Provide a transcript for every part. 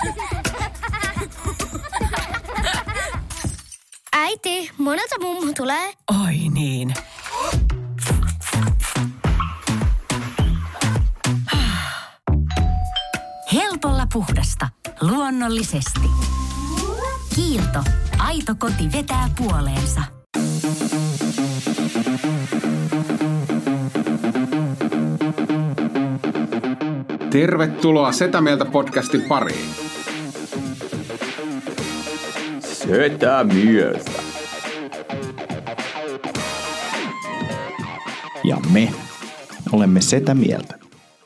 Äiti, monelta mummu tulee. Oi niin. Helpolla puhdasta. Luonnollisesti. Kiilto. Aito koti vetää puoleensa. Tervetuloa Setä Mieltä podcastin pariin. Setä Mieltä. Ja me olemme Setä Mieltä.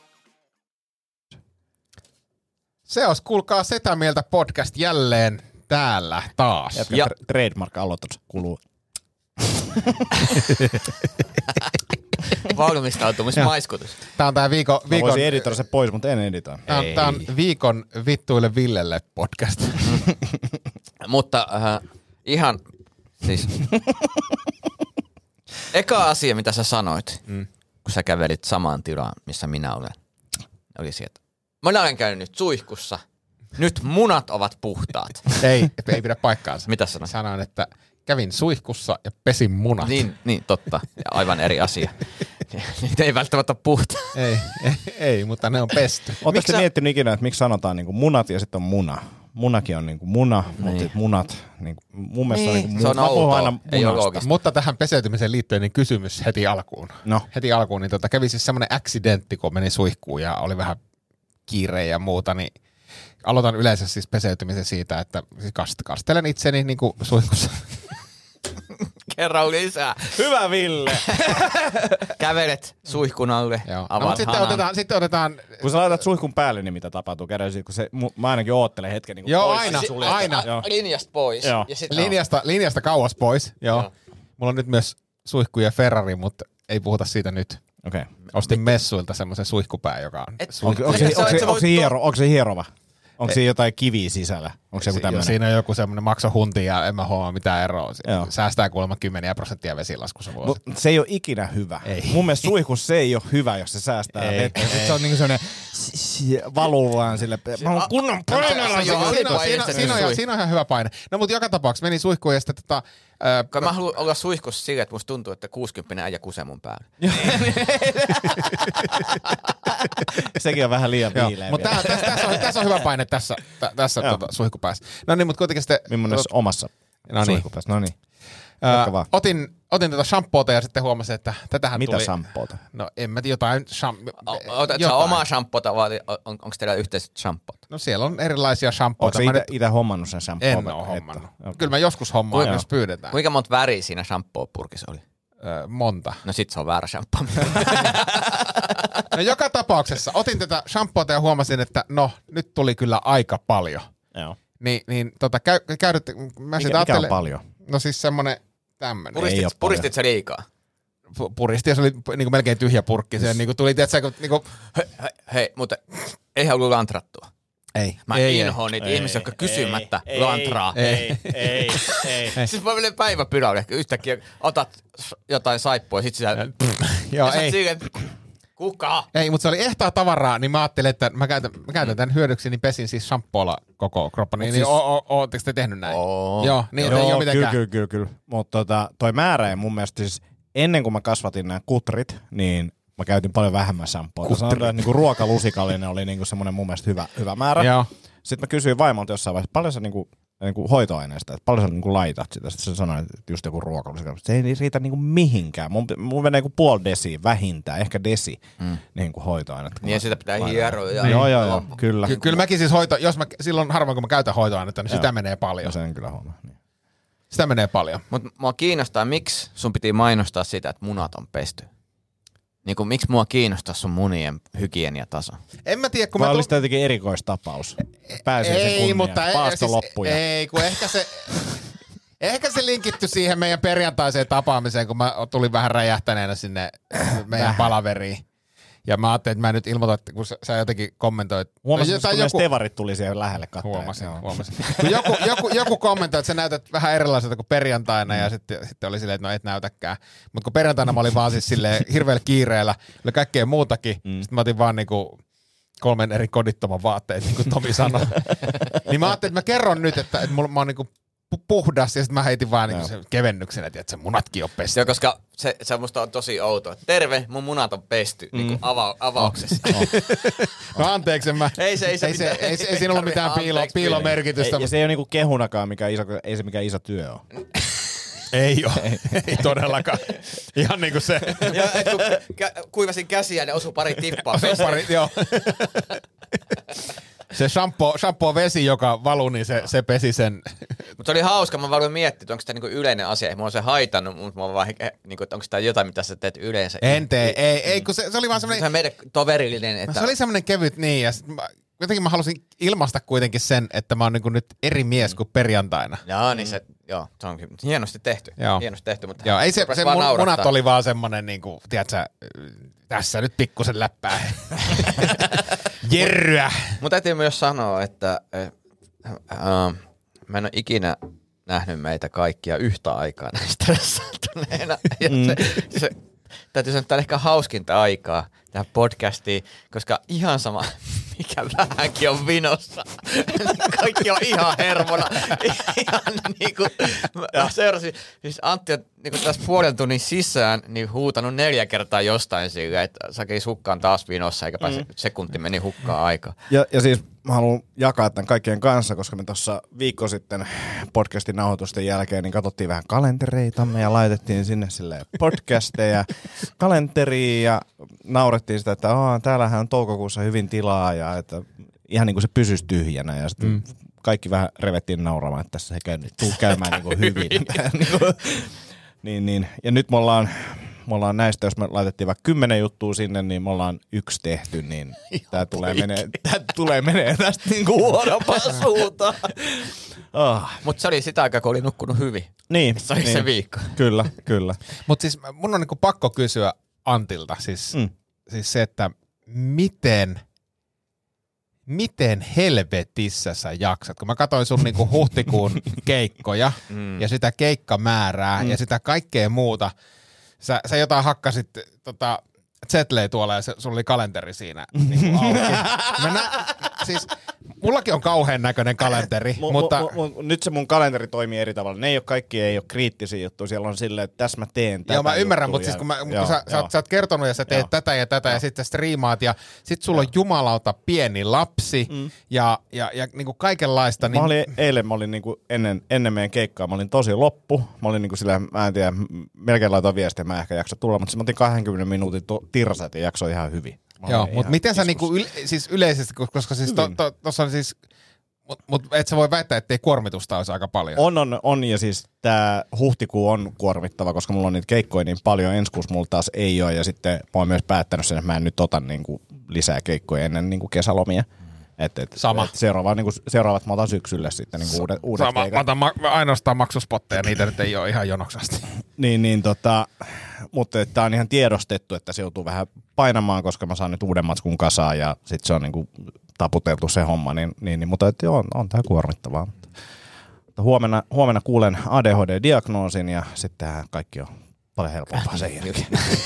Se olisi, kuulkaa Setä Mieltä podcast jälleen täällä taas. Ja trademark-aloitus kuluu. Valmistautumismaiskutus. Tää on tää viikon... Mä voisin editoida se pois, mutta en editoa. Tää on viikon vittuille Villelle podcast. Mutta ihan siis... Eka asia, mitä sä sanoit, kun sä kävelit samaan tilaan, missä minä olen, oli se, että mä olen käynyt suihkussa, nyt munat ovat puhtaat. ei pidä paikkaansa. Mitä sanoit? Sanoin, että kävin suihkussa ja pesin munat. Niin totta. Ja aivan eri asia. Niitä ei välttämättä ole puhtaa. Ei, mutta ne on pesty. Oletteko te miettinyt ikinä, että miksi sanotaan niinku munat ja sitten on muna? Munakin on niinku muna, mutta sit munat, niinku, mun mielestä on niinku se on mä puhun aina ei ole munasta. loogista. Mutta tähän peseytymiseen liittyen niin kysymys heti alkuun. No. Heti alkuun niin kävi siis semmoinen accidentti, kun meni suihkuun ja oli vähän kiire ja muuta, niin aloitan yleensä siis peseytymisen siitä, että siis kastelen itseni niin kuin suihkussa. Kerran lisää. Hyvä Ville! Kävelet suihkun alle, Joo. avaat No, hanan. sitten otetaan... Kun sä laitat suihkun päälle, niin mitä tapahtuu? Kerran, kun se, mä ainakin oottelen hetken niin Joo, pois. aina. Joo. Linjasta pois. Joo. Ja sit Linjasta kauas pois. Joo. Mulla on nyt myös suihku ja Ferrari, mutta ei puhuta siitä nyt. Okei. Ostin messuilta semmoisen suihkupää, joka on... Onko se hierova? Onko siinä jotain kiviä sisällä? Onko se joku tämmöinen? Siinä on joku semmoinen maksohunti ja en mä huomaa mitään eroa. Joo. Säästää kuulemma 10% vesilaskussa vuosi. Se ei ole ikinä hyvä. Ei. Mun mielestä suihkus se ei ole hyvä, jos se säästää vettä. Sitten se on niinku semmoinen valuu vaan sille. Mä oon kunnon painella. Siinä on ihan hyvä paine. No mutta joka tapauksessa meni suihkuun ja sitten mä haluan olla suihkussa sille, että musta tuntuu, että 60 äijä kusee mun päälle. Sekin on vähän liian viileä. Mutta tässä on hyvä paine tässä suihkupäässä. No niin, mutta kuitenkin sitten... Millainen omassa suihkupäässä? No niin. Otin tätä shampoota ja sitten huomasin, että tätähän mitä tuli... Mitä shampoota? No en mä tiedä, jotain... Otatko sä omaa shampoota vai onko teillä yhteiset shampoot? No siellä on erilaisia shampoota. Oletko sä itse hommannut sen shampoon? En ole hommannut. Okay. Kyllä mä joskus hommaan, jos pyydetään. Kuinka monta väriä siinä shampoo-purkissa oli? Monta. No sit se on väärä shampoo. No joka tapauksessa otin tätä shampoota ja huomasin, että no nyt tuli kyllä aika paljon. Joo. Niin mikä on paljon? No siis semmonen tämmönen. Puristit sä liikaa? Puristin ja se oli niinku melkein tyhjä purkki. Se niinku tuli, tiedätkö, niinku... Hei, mutta eihän ollut lantrattua. Ei. Mä inhoon niitä ihmisiä, jotka kysymättä lantraa. Ei. Siis mä menen päiväpyrälle, yhtäkkiä otat jotain saippua ja sit sä... Joo, ja ei. Siihen, kuka? Ei, mutta se oli ehtaa tavaraa, niin mä ajattelin, että mä käytän tämän hyödyksi, niin pesin siis shampoolla koko kroppani. Niin ootteko te tehnyt näin? Joo, niin ei ole mitenkään. Kyllä. Mutta toi määrä ei mun mielestä siis, ennen kuin mä kasvatin nämä kutrit, niin mä käytin paljon vähemmän shampoota. Sanotaan, että niinku ruokalusikallinen oli niinku semmoinen mun mielestä hyvä määrä. Joo. Sitten mä kysyin vaimolta jossain vaiheessa, paljon sä niinku hoitoaineesta, että paljon sä niinku laitat sitä. Sitten se sanoi, että just joku ruokalusikallinen. Se ei riitä niinku mihinkään. Mun menee niinku puoli desiä vähintään, ehkä desi niinku hoitoainetta. Niin ja sitä pitää hieroa. Joo, kyllä. Kyllä mäkin siis silloin harvoin kun mä käytän hoitoainetta, niin sitä menee paljon. No sen kyllä huomaa. Niin. Sitä menee paljon. Mutta mua kiinnostaa, miksi sun piti mainostaa sitä, että munat on pesty? Niinku, miksi mua kiinnostaa sun munien hygieniataso? En mä tiedä, kun mä olisi jotenkin erikoistapaus. Pääsee sen kunniaan. Mutta paasto loppuja. Ei, kun ehkä se linkitty siihen meidän perjantaiseen tapaamiseen, kun mä tulin vähän räjähtäneenä sinne meidän palaveriin. Ja mä ajattelin, että mä nyt ilmoitan, että kun sä jotenkin kommentoit. Huomasin, kun myös tevarit tuli siihen lähelle katsomaan. Huomasin. Joku kommentoi, että sä näytät vähän erilaiselta kuin perjantaina ja sitten oli silleen, että no et näytäkään. Mutta kun perjantaina mä olin vaan siis silleen hirveällä kiireellä, oli kaikkea muutakin. Sitten mä otin vaan niinku 3 eri kodittoman vaatteet, niin kuin Tomi sanoi. Niin mä ajattelin, että mä kerron nyt, että mä oon niinku puhdas, ja sitten mä heitin vaan niinku sen kevennyksenä, että se munatkin on pesty. Joo, koska se musta on tosi outoa. Terve, mun munat on pesty niinku avauksessa. No anteeksi, ei siinä ollut mitään piilomerkitystä. Ja se ei ole niinku kehunakaan, ei se mikään iso työ ole. Ei oo, ei todellakaan. Ihan niinku se. Ja kun kuivasin käsiä, ne osui pari tippaa. Joo. Se shampoo vesi, joka valuu, niin se pesi sen. Mutta se oli hauska, mä vaan miettiä, että onko tämä niinku yleinen asia. Mulla on se haitannut, mutta mä vaan, niinku, että onko tämä jotain, mitä sä teet yleensä. En tee, ei, kun se oli vaan semmoinen. Se on meidän toverillinen. Että... Se oli semmoinen kevyt niin, ja jotenkin mä halusin ilmaista kuitenkin sen, että mä oon niinku nyt eri mies kuin perjantaina. Joo, niin se on hienosti tehty. Joo. Hienosti tehty, mutta joo, ei se munat oli vaan semmonen niinku, tiedätkö, tässä nyt pikkusen läppää. Jerryä. Mun täytyy myös sanoa, että mä en ole ikinä nähnyt meitä kaikkia yhtä aikaa näistä stressaantuneena. Se täytyy sanoa, että tämä on ehkä hauskinta aikaa tähän podcastiin, koska ihan sama, mikä vähänkin on vinossa. Kaikki on ihan hermona. Ihan niinku, mä seurasin, siis Antti on niinku tässä puolen tunnin sisään niin huutanut 4 kertaa jostain sille, että Sakis hukkaan taas vinossa, eikä pääse sekunti meni hukkaan aikaa. Ja siis mä haluan jakaa tämän kaikkien kanssa, koska me tuossa viikko sitten podcastin nauhoitusten jälkeen niin katsottiin vähän kalentereitamme ja laitettiin sinne silleen podcasteja kalenteriin ja naurettiin sitä, että täällähän on toukokuussa hyvin tilaa ja että ihan niin kuin se pysyisi tyhjänä ja sitten kaikki vähän revettiin nauramaan, että tässä ei tule käymään niin kuin hyvin. niin. Ja nyt me ollaan näistä, jos me laitettiin vaikka 10 juttua sinne, niin me ollaan 1 tehty, niin tää tulee menee tästä niinku huonompaan suuntaan. Mutta se oli sitä aikaa, kun oli nukkunut hyvin. Niin. Se oli se viikko. Kyllä. Mutta siis mun on niinku pakko kysyä Antilta, siis se, että miten helvetissä sä jaksat? Kun mä katsoin sun niinku huhtikuun keikkoja ja sitä keikkamäärää ja sitä kaikkea muuta. Sä jotain hakkasit Zetley tuolla ja sulla oli kalenteri siinä niin auki. Siis mullakin on kauhean näköinen kalenteri, mutta... Nyt se mun kalenteri toimii eri tavalla. Kaikki ei ole kriittisiä juttuja. Siellä on silleen, että tässä mä teen tätä. Joo, mä ymmärrän, mutta siis kun sä oot kertonut ja sä teet tätä ja tätä ja sitten sä striimaat ja sit sulla on jumalauta pieni lapsi ja niin kuin kaikenlaista. Eilen mä olin niin kuin ennen meidän keikkaa, mä olin tosi loppu. Mä olin niin kuin silleen, mä en tiedä, melkein laitoin viestiä, mä ehkä jaksa tulla, mutta mä otin 20 minuutin tirsat ja jaksoi ihan hyvin. Joo, mutta miten sä niinku siis yleisesti, koska siis tossa on siis, mutta et sä voi väittää, ettei kuormitusta olisi aika paljon. On ja siis tää huhtikuu on kuormittava, koska mulla on niitä keikkoja niin paljon, ensi kuussa mulla taas ei ole ja sitten mä oon myös päättänyt sen, että mä en nyt ota niinku lisää keikkoja ennen niinku kesälomia. Sama. Seuraavat mä otan syksylle sitten niinku uudet sama. keikat. Mä otan ainoastaan maksuspotteja, niitä nyt ei ole ihan jonoksasti. Mutta tää on ihan tiedostettu, että se joutuu vähän painamaan, koska mä saan nyt uuden matskun kasaan ja sit se on niinku taputeltu se homma, mutta on tää kuormittavaa. Mutta huomenna kuulen ADHD-diagnoosin ja sitten kaikki on paljon helpompaa sen jälkeen.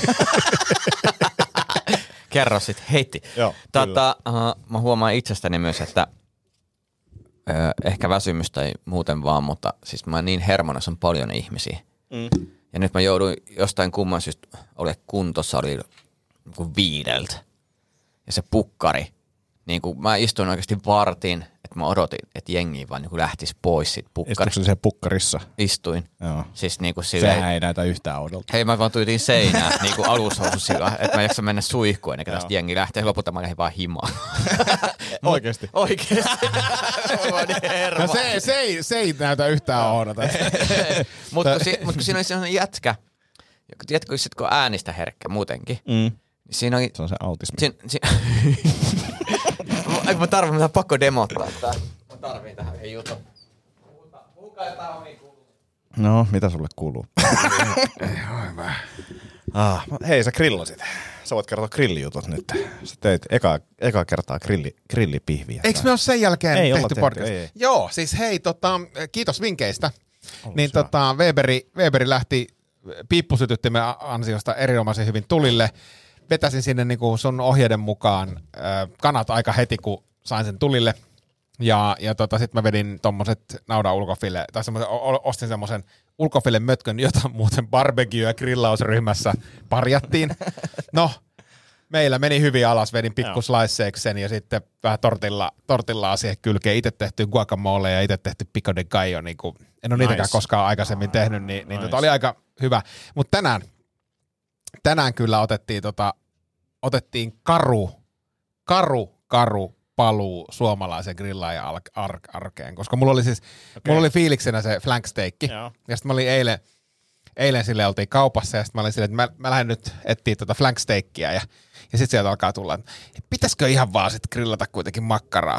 Kerro sit, heitti. Joo, mä huomaan itsestäni myös, että ehkä väsymystä ei muuten vaan, mutta siis mä niin hermonassa on paljon ihmisiä. Ja nyt mä jouduin jostain kumman syystä olemaan kuntosalilla niin 5. Ja se pukkari, niin kuin mä istuin oikeasti vartin, että mä odotin, että jengi vaan niin lähtisi pois siitä pukkarista. Istuiko se siellä pukkarissa? Istuin. Joo. Siis niin kuin sehän ei näytä yhtään oudolta. Hei, mä vaan tuitin seinään niin kuin alushoususilla, että mä jaksan mennä suihkuun, ennen kuin tästä jengi lähtee. Lopulta mä lähdin vaan himaan. Oikeesti? Oikeesti. No se ei näytä yhtään oudolta. Mutta kun siinä oli sellainen jätkä, tiedätkö, kun äänistä herkkä muutenkin, siinä oli... Se on se autismi. Mä tarvitsen pakko demottaa tää. Mä tarviin tähän yhden jutun. Puhukaa jotain omiin kuuluu. No, mitä sulle kuuluu? Hei, sä grillasit. Sä voit kertoa grillijutut nyt. Sä teit eka kertaa grillipihviä. Eikö me ole sen jälkeen tehty podcast? Ei. Joo, siis hei, kiitos vinkkeistä. Niin Weberi lähti piippusytyttimen ansiosta erinomaisen hyvin tulille. vetäsin sinne niinku sun ohjeiden mukaan kanat aika heti, kun sain sen tulille. Ja sit mä vedin tommoset naudan ulkofille, tai ostin semmosen ulkofille mötkön, jota muuten barbecue- ja grillausryhmässä parjattiin. No, meillä meni hyvin alas, vedin pikku sliceeksi ja sitten vähän tortillaa siihen kylkeen. Itse tehty guacamole ja itse tehty pico de gallo, niin kuin, en ole niitäkään koskaan aikaisemmin tehnyt, niin oli aika hyvä. Mutta tänään kyllä otettiin karu paluu suomalaisen grillaajan arkeen, koska mulla oli fiiliksenä se flanksteikki, ja sitten mä olin eilen sille oltiin kaupassa, ja sitten mä olin silleen, että mä lähden nyt etsiä flanksteikkiä, ja sitten sieltä alkaa tulla, että pitäisikö ihan vaan sit grillata kuitenkin makkaraa.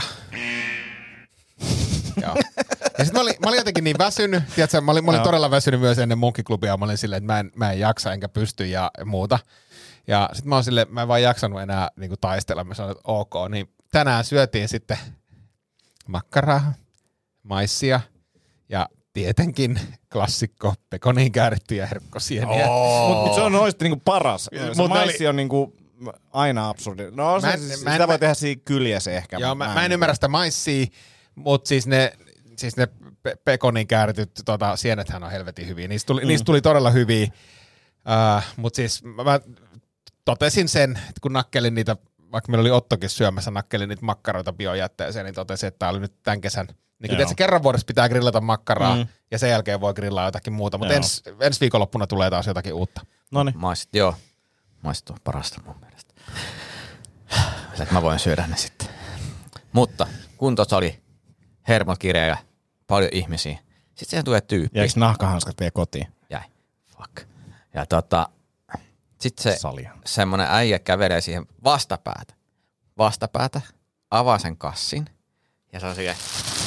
Joo. Ja sitten mä olin jotenkin niin väsynyt, tiedätkö, mä olin todella väsynyt myös ennen munkkiklubia, mä olin silleen, että mä en jaksa enkä pysty ja muuta. Ja sitten mä olin silleen, mä en vaan jaksanut enää niinku taistella, mä sanoin, että ok, niin tänään syötiin sitten makkaraa, maissia ja tietenkin klassikko pekoniin käärittyjä herkkosieniä. Mutta se on oikeasti niinku paras. Se maissi on niinku aina absurdi. No sitä voi tehdä siinä kyljessä ehkä. Joo, mä en ymmärrä sitä maissia, mutta siis ne pekoniin käärityt sienethän on helvetin hyviä. Niistä tuli todella hyviä, mutta siis mä totesin sen, että kun nakkelin niitä, vaikka meillä oli Ottokin syömässä, nakkelin niitä makkaroita biojätteeseen, niin totesin, että tää oli nyt tämän kesän. Niin kun kerran vuodessa pitää grillata makkaraa, ja sen jälkeen voi grillaa jotakin muuta, mutta ensi viikonloppuna tulee taas jotakin uutta. Noniin. Maistit on parasta mun mielestä. Että mä voin syödä ne sitten. Mutta kun tuossa oli hermokireä, paljon ihmisiä, sitten siihen tulee tyyppi. Jäikö nahkahanskat vielä kotiin? Jäi. Fuck. Ja sitten se semmonen äijä kävelee siihen vastapäätä, avaa sen kassin ja se on silleen.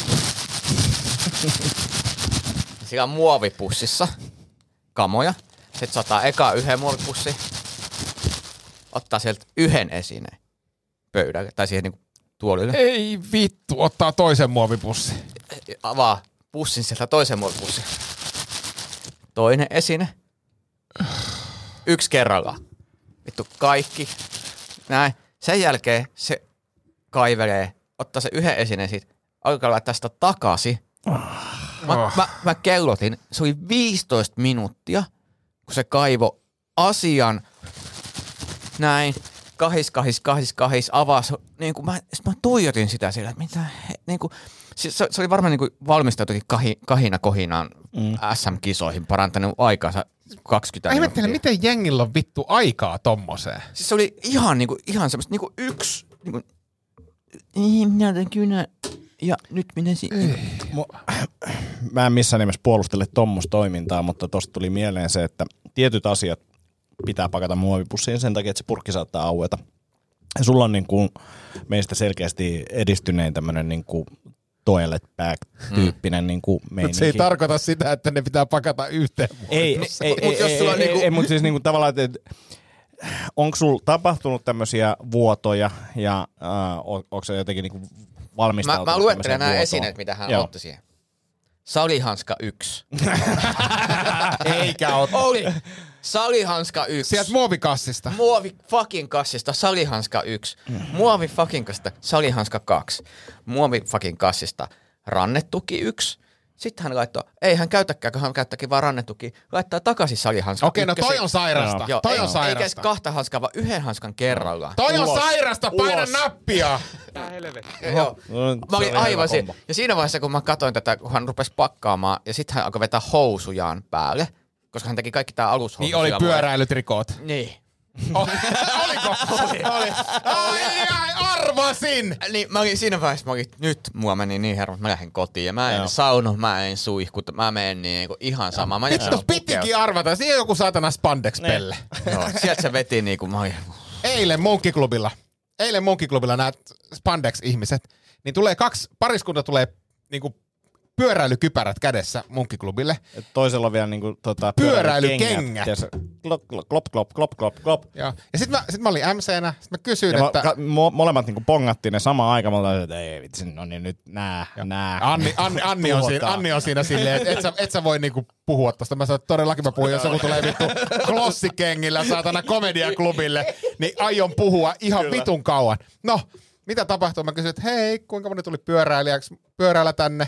Sillä on muovipussissa kamoja. Sitten se ottaa eka yhden muovipussin, ottaa sieltä yhden esineen pöydälle tai siihen niinku tuolille. Ei vittu, ottaa toisen muovipussin. Avaa pussin sieltä toisen muovipussin. Toinen esine. Yksi kerrallaan. Vittu kaikki. Näin. Sen jälkeen se kaivelee, ottaa se yhden esineen siitä, alkaa laittaa sitä takaisin. Mä kellotin, se oli 15 minuuttia, kun se kaivo asian näin, kahis, avasi. Niin kuin mä tuijotin sitä sillä, että mitä niin kuin, se oli varmaan niin kuin valmistautukin kohinaan SM-kisoihin, parantanut aikaansa 20 minuuttia. Ihmettelen, miten jengillä on vittu aikaa tommoseen. Siis se oli ihan semmoista niinku yksi, niinku, minä teen kynä ja nyt minä Mä en missään nimessä puolustele tommoista toimintaa, mutta tosta tuli mieleen se, että tietyt asiat pitää pakata muovipussiin sen takia, että se purkki saattaa aueta. Ja sulla on niinku meistä selkeästi edistynein tämmönen niinku toilet bag-tyyppinen niinku meininki. Mutta se ei tarkoita sitä, että ne pitää pakata yhteen. Ei, mutta siis niinku tavallaan, että onko sulla tapahtunut tämmöisiä vuotoja ja onko se jotenkin niinku valmistautunut? Mä luettelen nämä esineet, mitä hän otti siihen. Salihanska 1. Eikä otta. Oli. Salihanska 1. Sieltä muovikassista. Muovi fucking kassista, salihanska 1. Muovi fucking kassista, salihanska 2. Muovi fucking kassista, rannetuki 1. Sitten hän laittoi, ei hän käytäkään, kun hän käyttäkin vaan rannetuki, laittaa takaisin salihanska. Okei, no toi on sairasta. Joo, toi on sairasta. Eikä kahta hanskaa, vaan yhden hanskan kerrallaan. Toi on sairasta, paina nappia. Joo. Mä olin aivan siinä. Ja siinä vaiheessa, kun mä katsoin tätä, kun hän rupesi pakkaamaan, ja sitten hän alkoi vetää housujaan päälle, koska hän teki kaikki tää alushousuja. Niin oli pyöräilytrikoot. Niin. Oliko? Oli. Arvasin! Niin, mä olin siinä vaiheessa, nyt mua meni niin hermot, mä lähden kotiin ja mä en sauno, mä en suihkuta, mä menen niin ihan sama. Vittu pitikin arvata, siinä on joku saatana spandex-pelle. Joo, sieltä se veti niinku, mä olin. Eilen Munkkiklubilla nämä spandex-ihmiset, niin tulee pariskunta tulee niinku pyöräilykypärät kädessä munkkiklubille. Toisella on vielä niinku pyöräilykengät. Klop, klop, klop, klop, klop, klop. Ja sit mä olin MC:nä, sit mä kysyin, ja että... molemmat niinku pongattiin ne samaan aikaan. Mä olin, että ei vitsi, no niin nyt nää. Anni on siinä silleen, että et sä voi niinku puhua tosta. Mä sanoin, että todellakin mä puhun, jos joku tulee vittu klossikengillä saatana komediaklubille, niin aion puhua ihan Kyllä. vitun kauan. No, mitä tapahtuu? Mä kysyin, että hei, kuinka moni tuli pyöräillä tänne?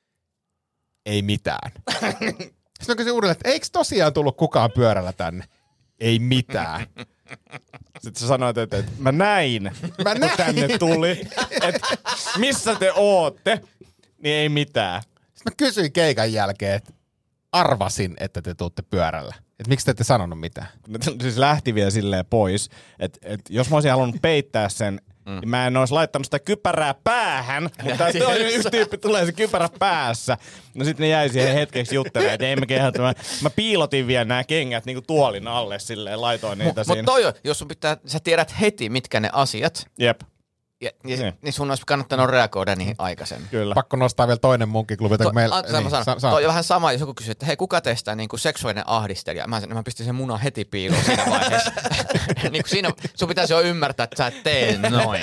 Ei mitään. Sitten mä kysyin uudelleen, että eikö tosiaan tullut kukaan pyörällä tänne? Ei mitään. Sitten sä sanoit, että mä näin, kun tänne tuli, että missä te ootte, niin ei mitään. Sitten mä kysyin keikan jälkeen, että arvasin, että te tuutte pyörällä. Että miksi te ette sanonut mitään? Ne siis lähti vielä silleen pois, että jos mä olisin halunnut peittää sen, niin mä en olisi laittanut sitä kypärää päähän, mutta tämä toinen yksi tyyppi tulee se kypärä päässä. No sitten ne jäi siihen hetkeksi juttelemaan, että ei mä kehätä. Mä piilotin vielä nämä kengät niinku tuolin alle silleen, laitoin niitä siinä. Mutta toi, jos sun pitää, sä tiedät heti, mitkä ne asiat. Jep. Niin sun olisi kannattanut reagoida niihin aikaisemmin. Kyllä. Pakko nostaa vielä toinen munkkiklubi. Toi on vähän sama, jos joku kysyy, että hei, kuka teistä on niinku seksuaalinen ahdistelija? Mä pistin sen munan heti piiloon siinä vaiheessa. Niin siinä sun pitäisi jo ymmärtää, että sä et tee noin.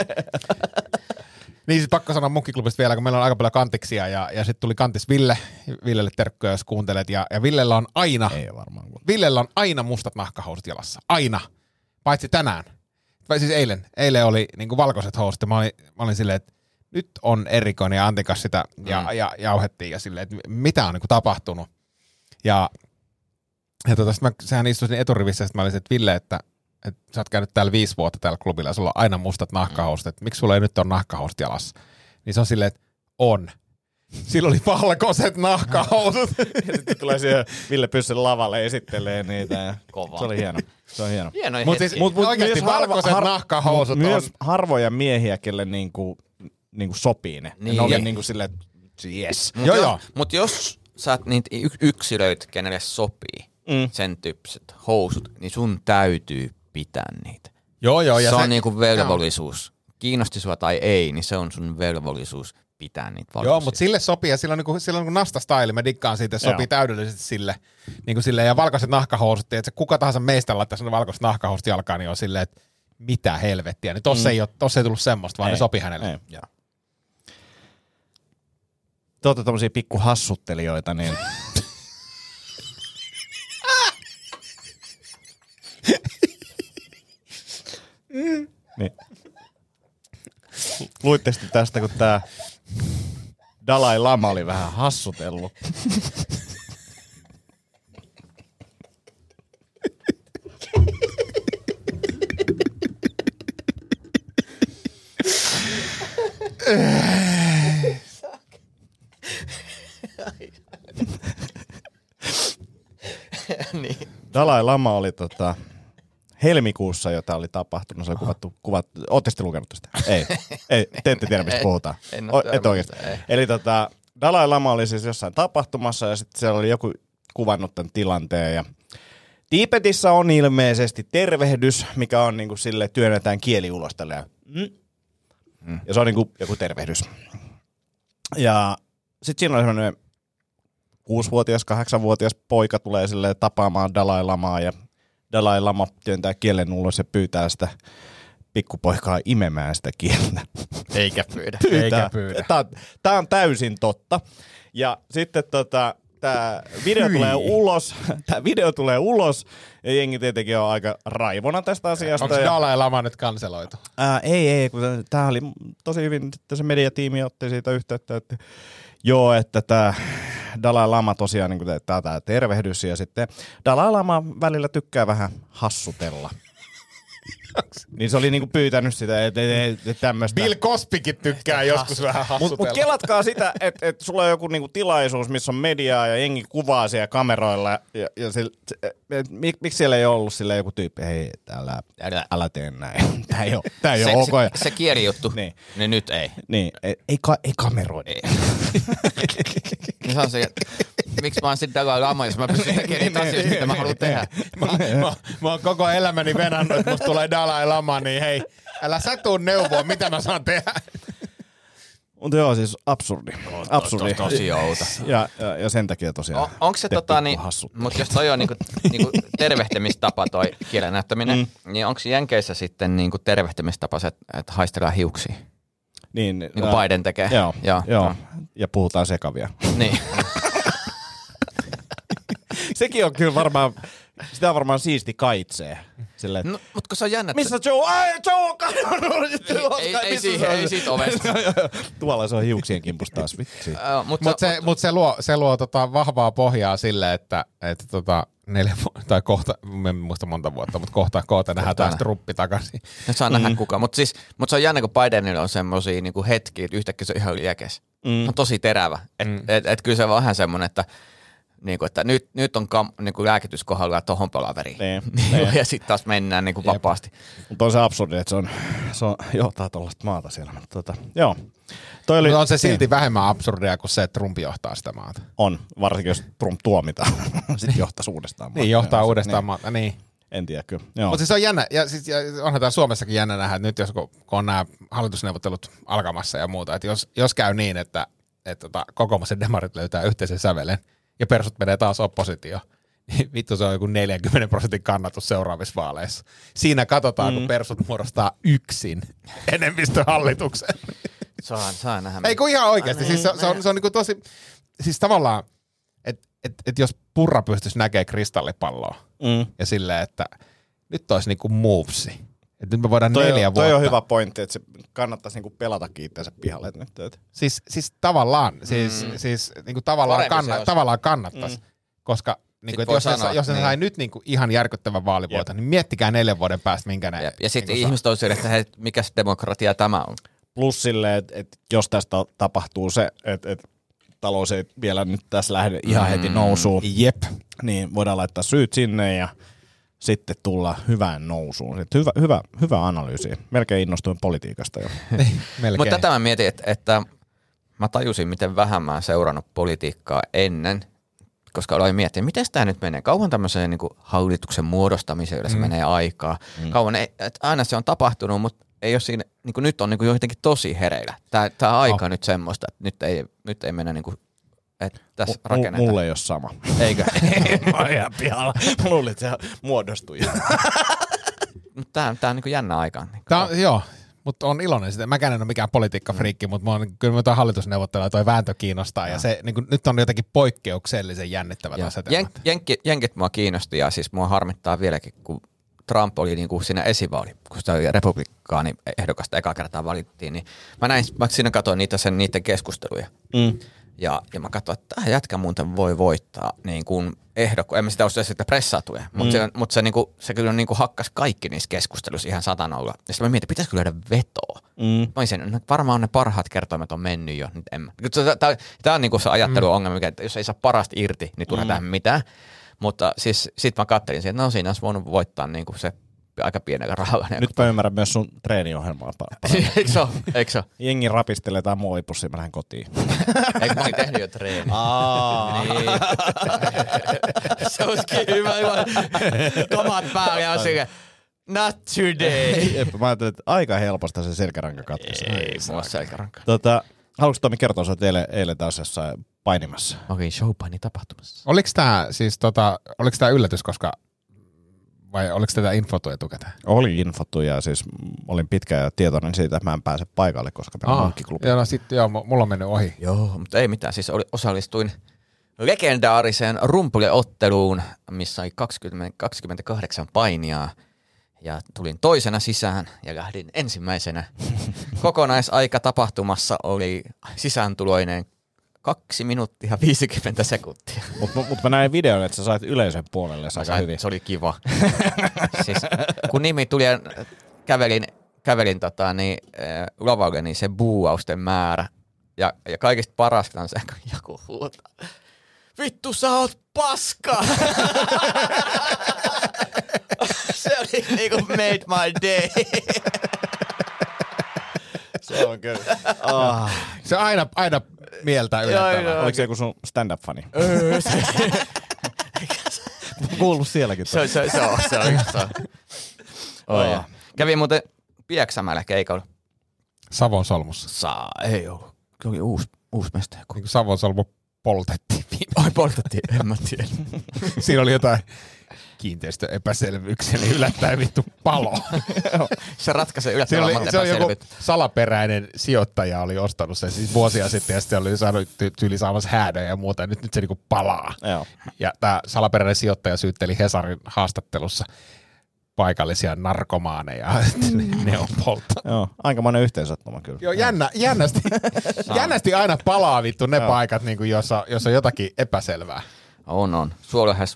Niin siis pakko sanoa munkkiklubista vielä, kun meillä on aika paljon kantiksia ja sitten tuli kantis Villelle terkkuja, jos kuuntelet. Ja Villellä on aina, Villellä on aina mustat nahkahousut jalassa. Aina. Paitsi tänään. Vai siis eilen oli niinku valkoiset housut ja mä olin silleen, että nyt on erikoinen ja Antikas sitä ja jauhettiin ja silleen, että mitä on niinku tapahtunut. Ja sehän istuin eturivissä ja sitten mä olin, että Ville, että sä oot käynyt täällä 5 vuotta täällä klubilla ja sulla on aina mustat nahkahousut, että miksi sulla ei nyt ole nahkahousut jalassa? Niin se on silleen, että on. Sillä oli valkoiset nahkahousut. Ja sitten tulee siihen Ville Pyssyn lavalle esittelee niitä. Ja Kova. Se oli hieno. Se on hieno. Mutta siis, oikeasti valkoiset nahkahousut myös harvoja miehiä, kelle niinku sopii ne. Niin. Ne oli niinku silleen, että yes. Mutta jos sä oot niitä yksilöitä, kenelle sopii sen tyyppiset housut, niin sun täytyy pitää niitä. Joo. Ja se on niinku velvollisuus. Kiinnosti sua tai ei, niin se on sun velvollisuus pitää niitä valkoisia. Joo, mutta sille sopii ja sillä on niinku nasta-style. Mä dikkaan siitä, sopii täydellisesti sille. Niinku sille ja valkoiset nahkahousut, että kuka tahansa meistä laittaa sellainen valkoiset nahkahousut jalkaan, niin on silleen, että mitä helvettiä. Niin tossa ei tullut semmoista, vaan ne sopii hänelle. Ei. Joo. Te ootte tommosia pikku hassuttelijoita, niin... niin. Luitte sitten tästä, kun tää Dalai Lama oli vähän hassutellut. Niin. Dalai Lama oli helmikuussa, jota oli tapahtunut. Se oli kuvattu. Ootte sitten lukenut tästä? Ei, te ette tiedä, mistä puhutaan. Et oikeasti. Eli Dalai Lama oli siis jossain tapahtumassa ja sitten siellä oli joku kuvannut tämän tilanteen. Ja Tiibetissä on ilmeisesti tervehdys, mikä on niinku sille työnnetään kieli ulos tällä. Ja se on niinku joku tervehdys. Ja sitten siinä oli sellainen 6-vuotias, 8-vuotias poika tulee silleen tapaamaan Dalai Lamaa ja Dalai Lama työntää kielen ulos ja pyytää sitä pikkupoikaa imemään sitä kieltä. Eikä pyydä. Tää on täysin totta. Ja sitten tää video tulee ulos ja jengi tietenkin on aika raivona tästä asiasta. Onko Dalai Lama nyt kanseloitu? Ei, kun tää oli tosi hyvin, sitten se mediatiimi otti siitä yhteyttä, että joo, että tää Dalai Lama tosiaan niin tää tervehdys ja sitten Dalai Lama välillä tykkää vähän hassutella. Niin se oli niinku pyytänyt sitä, että tämmöistä. Bill Cosbykin tykkää joskus vähän hassutella. Mut kelatkaa sitä, että sulla on joku niinku tilaisuus, missä on mediaa ja jengi kuvaa siellä kameroilla. Ja miksi siellä ei ollut sillä joku tyyppi, hei, älä tee näin. Tää ei ole ok. Se kielijuttu, niin nyt ei. Niin, ei kameroida. Niin se on se, miksi mä oon sitten Dalai Lama, jos mä pystyn tekemään niitä asioita, mitä mä haluan tehdä. Mä oon koko elämäni venannut, että musta tulee Dalai Lama, niin hei, älä sä tuu neuvoa, mitä mä saan tehdä. Mutta joo, siis absurdi. Tosi outo. Ja sen takia tosiaan. Onko se mutta jos toi on niinku tervehtimistapa toi kielen näyttäminen, niin onko Jenkeissä sitten niinku tervehtimistapa se, että haistellaan hiuksia? Niin kuin Biden tekee. Joo. Ja puhutaan sekavia. Niin. Sekin on kyllä varmaan, sitä on varmaan siisti kaitsee. Silleen, no, mutta kun se on jännä. Missä Joe? Joe on kadonnut! Ei siitä ovesta. Tuolla se on hiuksien kimpusta taas, vitsi. Mutta se luo vahvaa pohjaa sille, että 4 tai kohta, en muista monta vuotta, mutta kohta nähdään taas Trumpi takaisin. Nyt saa nähdä kukaan. Mutta se on jännä, kun Bidenilla on semmosia niinku hetkiä, että yhtäkkiä se on ihan liekes. On tosi terävä. Et kyllä se on vähän semmoinen, että niinku, että nyt on niinku lääkitys kohdalla tohon palaveriin. Ja sitten taas mennään niinku vapaasti. Mutta on se absurdi, että se on johtaa tuollaista maata siellä. Mutta joo. Mutta on se silti vähemmän absurdia kuin se, että Trump johtaa sitä maata. On, varsinkin jos Trump tuomitaan. Sitten johtaisi uudestaan maata. Niin, johtaa uudestaan maata, niin. En tiedä kyllä. Mutta siis on jännä, ja onhan täällä Suomessakin jännä nähdä, että nyt jos kun on nämä hallitusneuvottelut alkamassa ja muuta, että jos käy niin, että kokoomus ja demarit löytää yhteisen sävelen, ja persut menee taas oppositioon, niin vittu se on joku 40% kannatus seuraavissa vaaleissa. Siinä katsotaan, kun persut muodostaa yksin enemmistöhallituksen. Saa nähdä. Ei kun ihan oikeasti. Siis se on niinku tosi, siis tavallaan, että jos Purra pystyisi näkemään kristallipalloa ja silleen, että nyt olisi niinku movesi. Että nyt me voidaan 4 vuotta. Toi on hyvä pointti, että se kannattaisi niinku pelatakin itseänsä pihalle nyt. Siis tavallaan, niinku tavallaan kannattaisi, koska niinku, jos ne sai nyt niinku ihan järkyttävän vaalivuoton, niin miettikää 4 vuoden päästä, minkä ne. Ja sitten niinku ihmiset on sille, että hei, mikäs demokratia tämä on. Plus silleen, että jos tästä tapahtuu se, että talous ei vielä nyt tässä lähde ihan heti nousuun, niin voidaan laittaa syyt sinne ja sitten tulla hyvään nousuun. Sitten hyvä analyysi. Melkein innostuin politiikasta jo. Mutta tätä mä mietin, että mä tajusin, miten vähän mä oon seurannut politiikkaa ennen, koska aloin miettiä, miten tämä nyt menee. Kauan tämmöiseen niin kuin hallituksen muodostamiseen yleensä menee aikaa. Kauan, aina se on tapahtunut, mutta ei ole siinä, niin kuin nyt on niin kuin jotenkin tosi hereillä. Tämä aika on nyt semmoista, että nyt ei mennä niin kuin, että tässä rakennetaan. Mulle ei ole sama. Eikö? Mä oon ihan pihalla. Mä luulin, että se muodostui. Tää on niin kuin jännä aika. Joo, mutta on iloinen sitä. Mäkään en ole mikään politiikkafriikki, mutta kyllä toi hallitusneuvottelua toi vääntö kiinnostaa. Ja se niin kuin, nyt on jotenkin poikkeuksellisen jännittävät asetelmat. Jenkit mua kiinnosti ja siis mua harmittaa vieläkin, kun Trump oli niinku siinä esivaali, kun sitä oli republikaani ehdokasta ekaa kertaa valittiin, niin mä siinä katsoin niiden keskusteluja. Ja mä katsoin, että tämä jätkä muuten voi voittaa niin kuin ehdokko. En mä sitä usko, että pressaa tulee, mutta se kyllä niinku hakkas kaikki niissä keskusteluissa ihan satanolla. Ja sitten mä mietin, pitäisikö löydä vetoa. Mä olisin, varmaan ne parhaat kertoimet on mennyt jo, nyt en mä. Tämä on niinku se ajatteluongelma, että jos ei saa parasta irti, niin tulee tähän mitään. Mutta siis sit mä kattelin siihen, että no siinä olisi voinut voittaa niinku se aika pienellä rahalla. Nyt mä ymmärrän myös sun treeniohjelmaa. Eikö se ole? Jengi rapistelee tai muovipussia, mä lähden kotiin. Eikö mä olin tehnyt jo treeni? Niin. Se olisikin hyvä. Kamat päälle ja silleen, not today. Mä ajattelin, että aika helposta se selkäranka katkaisi. Ei, mulla on selkäranka. Haluatko Tomi kertoa, että eilen taas jossain painimassa? Okei, showpaini tapahtumassa. Oliko tää yllätys, koska vai oliko tätä infottu etukäteen? Oli infottu ja siis olin pitkään ja tietoinen siitä, että mä en pääse paikalle, koska meillä on munkkiklubi. Joo, mulla on mennyt ohi. Joo, mutta ei mitään. Siis osallistuin legendaariseen rumpuleotteluun, missä oli 28 painijaa. Ja tulin toisena sisään ja lähdin ensimmäisenä. Kokonaisaika tapahtumassa oli sisääntuloinen 2 minuuttia 50 sekuntia. Mutta mä näin videon, että sä sait yleisön puolelle aika hyvin. Se oli kiva. Siis, kun nimi tuli ja kävelin lavalle, niin se buuausten määrä. Ja kaikista parasta on se, kun joku huutaa. Vittu, sä oot paska! Se oli niinku made my day. Se on kyllä. Se aina mieltä yllättävää. Oliko se joku sun stand-up-fani? Kuullut sielläkin. Se on. Kävin muuten Pieksämäellä keikalla. Savon solmussa. Ei ollut. oli uusi mesta. Niin kuin Savonsalmo poltettiin viime. Ai poltettiin, en mä tiedä. Siinä oli jotain kiinteistöepäselvyyksiä, niin yllättäen vittu palo. Se ratkaisee yllättävän monta se oli joku epäselvyyttä. salaperäinen sijoittaja oli ostanut sen siis vuosia sitten ja sitten oli saanut tyyli saamassa häädöjä ja muuta ja nyt se niinku palaa. Joo. Ja tämä salaperäinen sijoittaja syytteli Hesarin haastattelussa paikallisia narkomaaneja, että ne on polttanut. Joo, aikamoinen yhteensattuma kyllä. Joo, jännästi aina palaa vittu ne paikat, niin kuin jossa on jotakin epäselvää. On. Sulla on